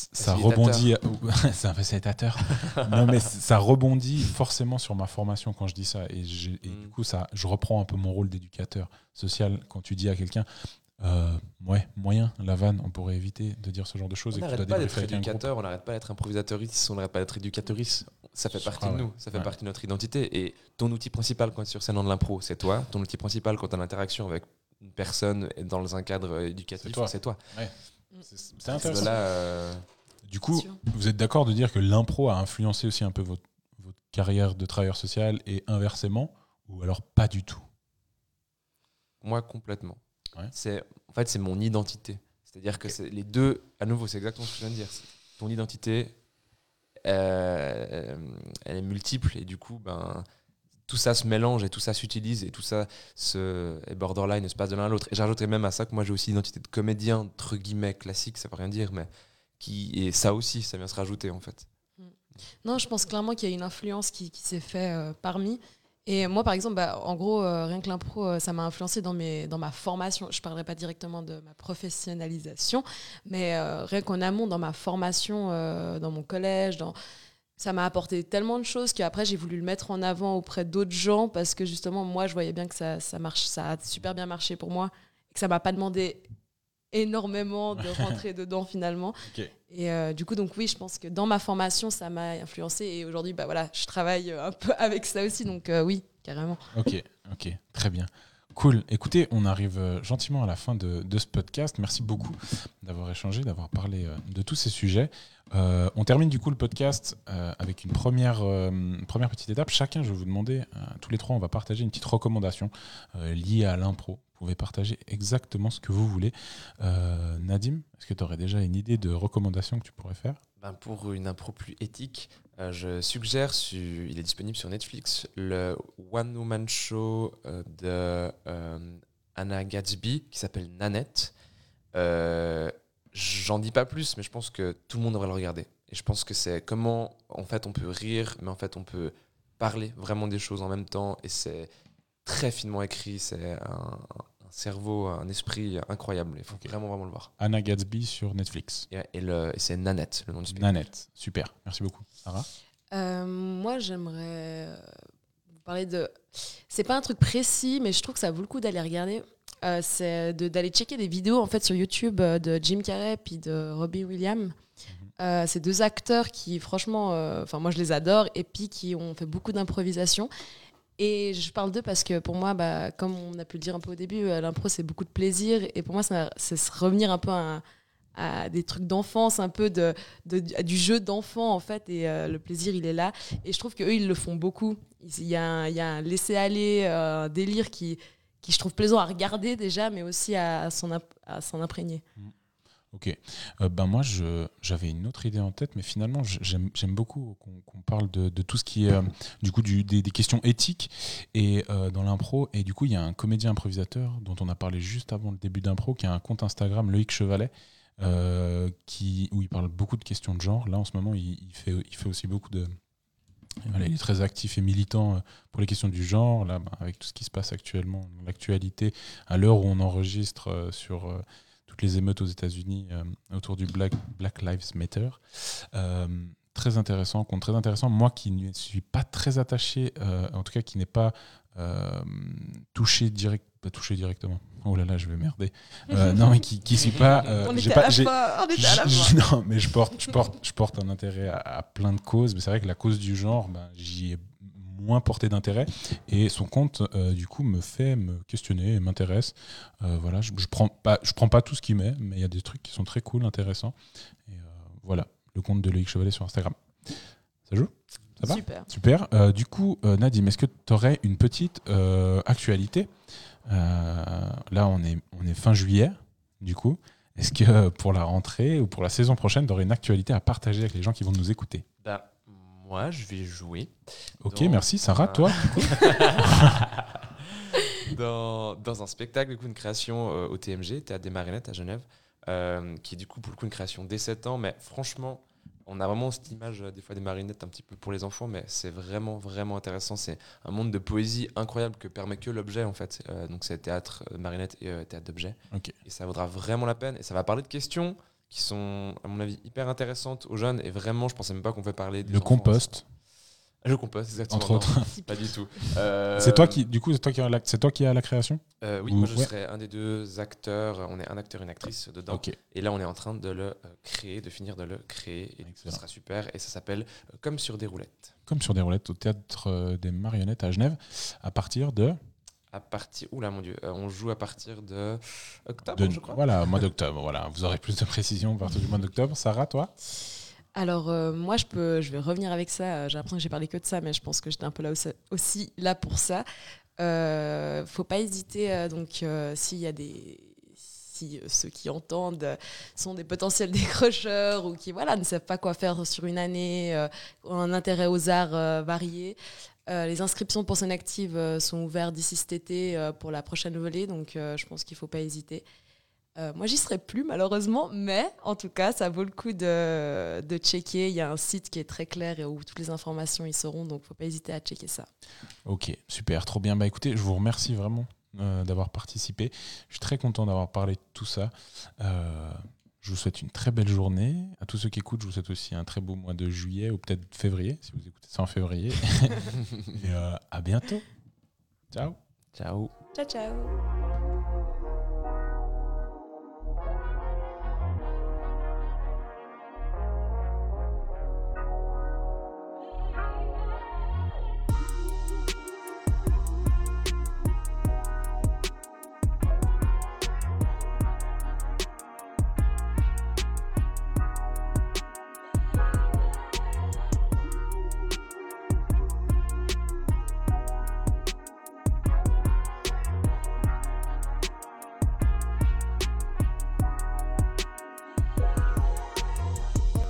ça rebondit. C'est un facilitateur. Non, mais ça rebondit forcément sur ma formation quand je dis ça. Et, et mm. du coup, ça, je reprends un peu mon rôle d'éducateur social quand tu dis à quelqu'un. Euh, ouais, moyen, la vanne, on pourrait éviter de dire ce genre de choses. On n'arrête pas d'être éducateur, on n'arrête pas d'être improvisatrice, on n'arrête pas d'être éducatrice. Ça fait partie ah, de nous, ouais. ça fait ouais. partie de notre identité. Et ton outil principal quand tu es sur scène dans de l'impro, c'est toi. Ton outil principal quand tu as l'interaction avec une personne dans un cadre éducatif, c'est toi. C'est, toi. Ouais. c'est, c'est intéressant. Là, euh... Du coup, vous êtes d'accord de dire que l'impro a influencé aussi un peu votre, votre carrière de travailleur social et inversement, ou alors pas du tout? Moi, complètement. Ouais. C'est, en fait, c'est mon identité. C'est-à-dire que c'est les deux, à nouveau, c'est exactement ce que je viens de dire. C'est ton identité, euh, elle est multiple et du coup, ben, tout ça se mélange et tout ça s'utilise et tout ça se, est borderline et se passe de l'un à l'autre. Et j'ajouterais même à ça que moi, j'ai aussi l'identité de comédien, entre guillemets, classique, ça veut rien dire, mais qui, et ça aussi, ça vient se rajouter en fait. Non, je pense clairement qu'il y a une influence qui, qui s'est faite euh, parmi. Et moi, par exemple, bah, en gros, euh, rien que l'impro, euh, ça m'a influencé dans, mes, dans ma formation. Je ne parlerai pas directement de ma professionnalisation, mais euh, rien qu'en amont, dans ma formation, euh, dans mon collège, dans... ça m'a apporté tellement de choses qu'après, j'ai voulu le mettre en avant auprès d'autres gens parce que justement, moi, je voyais bien que ça, ça, marche, ça a super bien marché pour moi et que ça ne m'a pas demandé énormément de rentrer dedans finalement. Okay. Et euh, du coup, donc oui, je pense que dans ma formation, ça m'a influencé et aujourd'hui, bah voilà, je travaille un peu avec ça aussi, donc euh, oui, carrément. Ok, ok, très bien. Cool. Écoutez, on arrive gentiment à la fin de, de ce podcast. Merci beaucoup d'avoir échangé, d'avoir parlé euh, de tous ces sujets. Euh, on termine du coup le podcast euh, avec une première, euh, première petite étape. Chacun, je vais vous demander, euh, tous les trois, on va partager une petite recommandation euh, liée à l'impro. Vous pouvez partager exactement ce que vous voulez. Euh, Nadim, est-ce que tu aurais déjà une idée de recommandation que tu pourrais faire ? Ben pour une impro plus éthique, euh, je suggère, su, il est disponible sur Netflix, le One Woman Show euh, de euh, Anna Gatsby qui s'appelle Nanette. Euh, j'en dis pas plus, mais je pense que tout le monde devrait le regarder. Et je pense que c'est comment en fait on peut rire, mais en fait on peut parler vraiment des choses en même temps. Et c'est très finement écrit, c'est un, un cerveau, un esprit incroyable. Il faut okay. vraiment, vraiment le voir. Anna Gatsby sur Netflix. Et, et, le, et c'est Nanette, le nom du spectacle. Nanette, super. Merci beaucoup. Sarah ? euh, Moi, j'aimerais vous parler de... C'est pas un truc précis, mais je trouve que ça vaut le coup d'aller regarder. Euh, c'est de, d'aller checker des vidéos en fait, sur YouTube de Jim Carrey et de Robbie Williams. Mm-hmm. Euh, c'est deux acteurs qui, franchement, euh, moi, je les adore et puis qui ont fait beaucoup d'improvisation. Et je parle d'eux parce que pour moi, bah, comme on a pu le dire un peu au début, euh, l'impro, c'est beaucoup de plaisir. Et pour moi, ça, c'est revenir un peu à, à des trucs d'enfance, un peu de, de, du jeu d'enfant, en fait. Et euh, le plaisir, il est là. Et je trouve qu'eux, ils le font beaucoup. Il y a un, il y a un laisser-aller, euh, un délire qui, qui, je trouve, plaisant à regarder déjà, mais aussi à, à, s'en, imp- à s'en imprégner. Mmh. Ok. Euh, ben moi, je, j'avais une autre idée en tête, mais finalement, j'aime, j'aime beaucoup qu'on, qu'on parle de, de tout ce qui est euh, du coup du, des, des questions éthiques et euh, dans l'impro. Et du coup, il y a un comédien improvisateur dont on a parlé juste avant le début d'impro, qui a un compte Instagram, Loïc Chevalet, euh, qui où il parle beaucoup de questions de genre. Là, en ce moment, il, il fait, il fait aussi beaucoup de Voilà, il est très actif et militant pour les questions du genre, là, bah, avec tout ce qui se passe actuellement, l'actualité, à l'heure où on enregistre euh, sur euh, toutes les émeutes aux États-Unis euh, autour du Black, Black Lives Matter. Euh, très intéressant, compte très intéressant. Moi qui ne suis pas très attaché, euh, en tout cas qui n'est pas euh, touché, direct, pas touché directement. Oh là là, je vais merder. Euh, non, mais qui ne suis pas. Euh, on était j'ai à pas, la j'ai, fin. On était à la j- fin. Non, mais je porte, je porte, je porte un intérêt à, à plein de causes. Mais c'est vrai que la cause du genre, ben, j'y ai moins porté d'intérêt. Et son compte, euh, du coup, me fait me questionner et m'intéresse. Euh, voilà, je, je prends pas, je prends pas tout ce qu'il met, mais il y a des trucs qui sont très cool, intéressants. Et euh, voilà, le compte de Loïc Chevalet sur Instagram. Ça joue ? Ça va ? Super. Super. Euh, du coup, euh, Nadim, est-ce que tu aurais une petite euh, actualité ? Euh, là, on est, on est fin juillet, du coup. Est-ce que euh, pour la rentrée ou pour la saison prochaine, tu aurais une actualité à partager avec les gens qui vont nous écouter ? Bah, moi, je vais jouer. Ok, dans merci. Sarah, un... toi dans, dans un spectacle, du coup, une création euh, au T M G, Théâtre des Marionnettes à Genève, euh, qui est du coup, pour le coup, une création dès sept ans. Mais franchement, on a vraiment cette image euh, des fois des marionnettes un petit peu pour les enfants, mais c'est vraiment, vraiment intéressant. C'est un monde de poésie incroyable que permet que l'objet, en fait. Euh, donc, c'est théâtre euh, marionnette et euh, théâtre d'objet. Okay. Et ça vaudra vraiment la peine. Et ça va parler de questions qui sont, à mon avis, hyper intéressantes aux jeunes. Et vraiment, je pensais même pas qu'on fait parler des Le enfants compost, ensemble. Le compost, exactement. entre non, autres. Pas du tout. Euh, C'est toi qui, du coup, c'est toi qui as la, c'est toi qui as la création. euh, oui, Ou- moi je ouais. serais un des deux acteurs. On est un acteur et une actrice dedans. Ok. Et là, on est en train de le euh, créer, de finir de le créer. Et Excellent. ce sera super. Et ça s'appelle euh, Comme sur des roulettes. Comme sur des roulettes au théâtre euh, des Marionnettes à Genève, à partir de, À partir. Oula, mon Dieu. euh, on joue à partir de octobre, de je crois. voilà, mois d'octobre. Voilà, vous aurez plus de précision à partir du mois d'octobre. Sarah, toi? Alors euh, moi je peux, je vais revenir avec ça. Euh, J'ai l'impression que j'ai parlé que de ça, mais je pense que j'étais un peu là aussi, aussi là pour ça. Euh, faut pas hésiter. euh, donc euh, s'il y a des, si euh, ceux qui entendent euh, sont des potentiels décrocheurs ou qui voilà ne savent pas quoi faire sur une année, euh, ont un intérêt aux arts euh, variés. Euh, les inscriptions pour Scène Active euh, sont ouvertes d'ici cet été euh, pour la prochaine volée, donc euh, je pense qu'il faut pas hésiter. Euh, moi, j'y serai plus, malheureusement, mais en tout cas, ça vaut le coup de, de checker. Il y a un site qui est très clair et où toutes les informations y seront, donc il ne faut pas hésiter à checker ça. Ok, super, trop bien. Bah écoutez, je vous remercie vraiment euh, d'avoir participé. Je suis très content d'avoir parlé de tout ça. Euh, je vous souhaite une très belle journée. À tous ceux qui écoutent, je vous souhaite aussi un très beau mois de juillet ou peut-être février, si vous écoutez ça en février. Et euh, à bientôt. Ciao. Ciao. Ciao, ciao.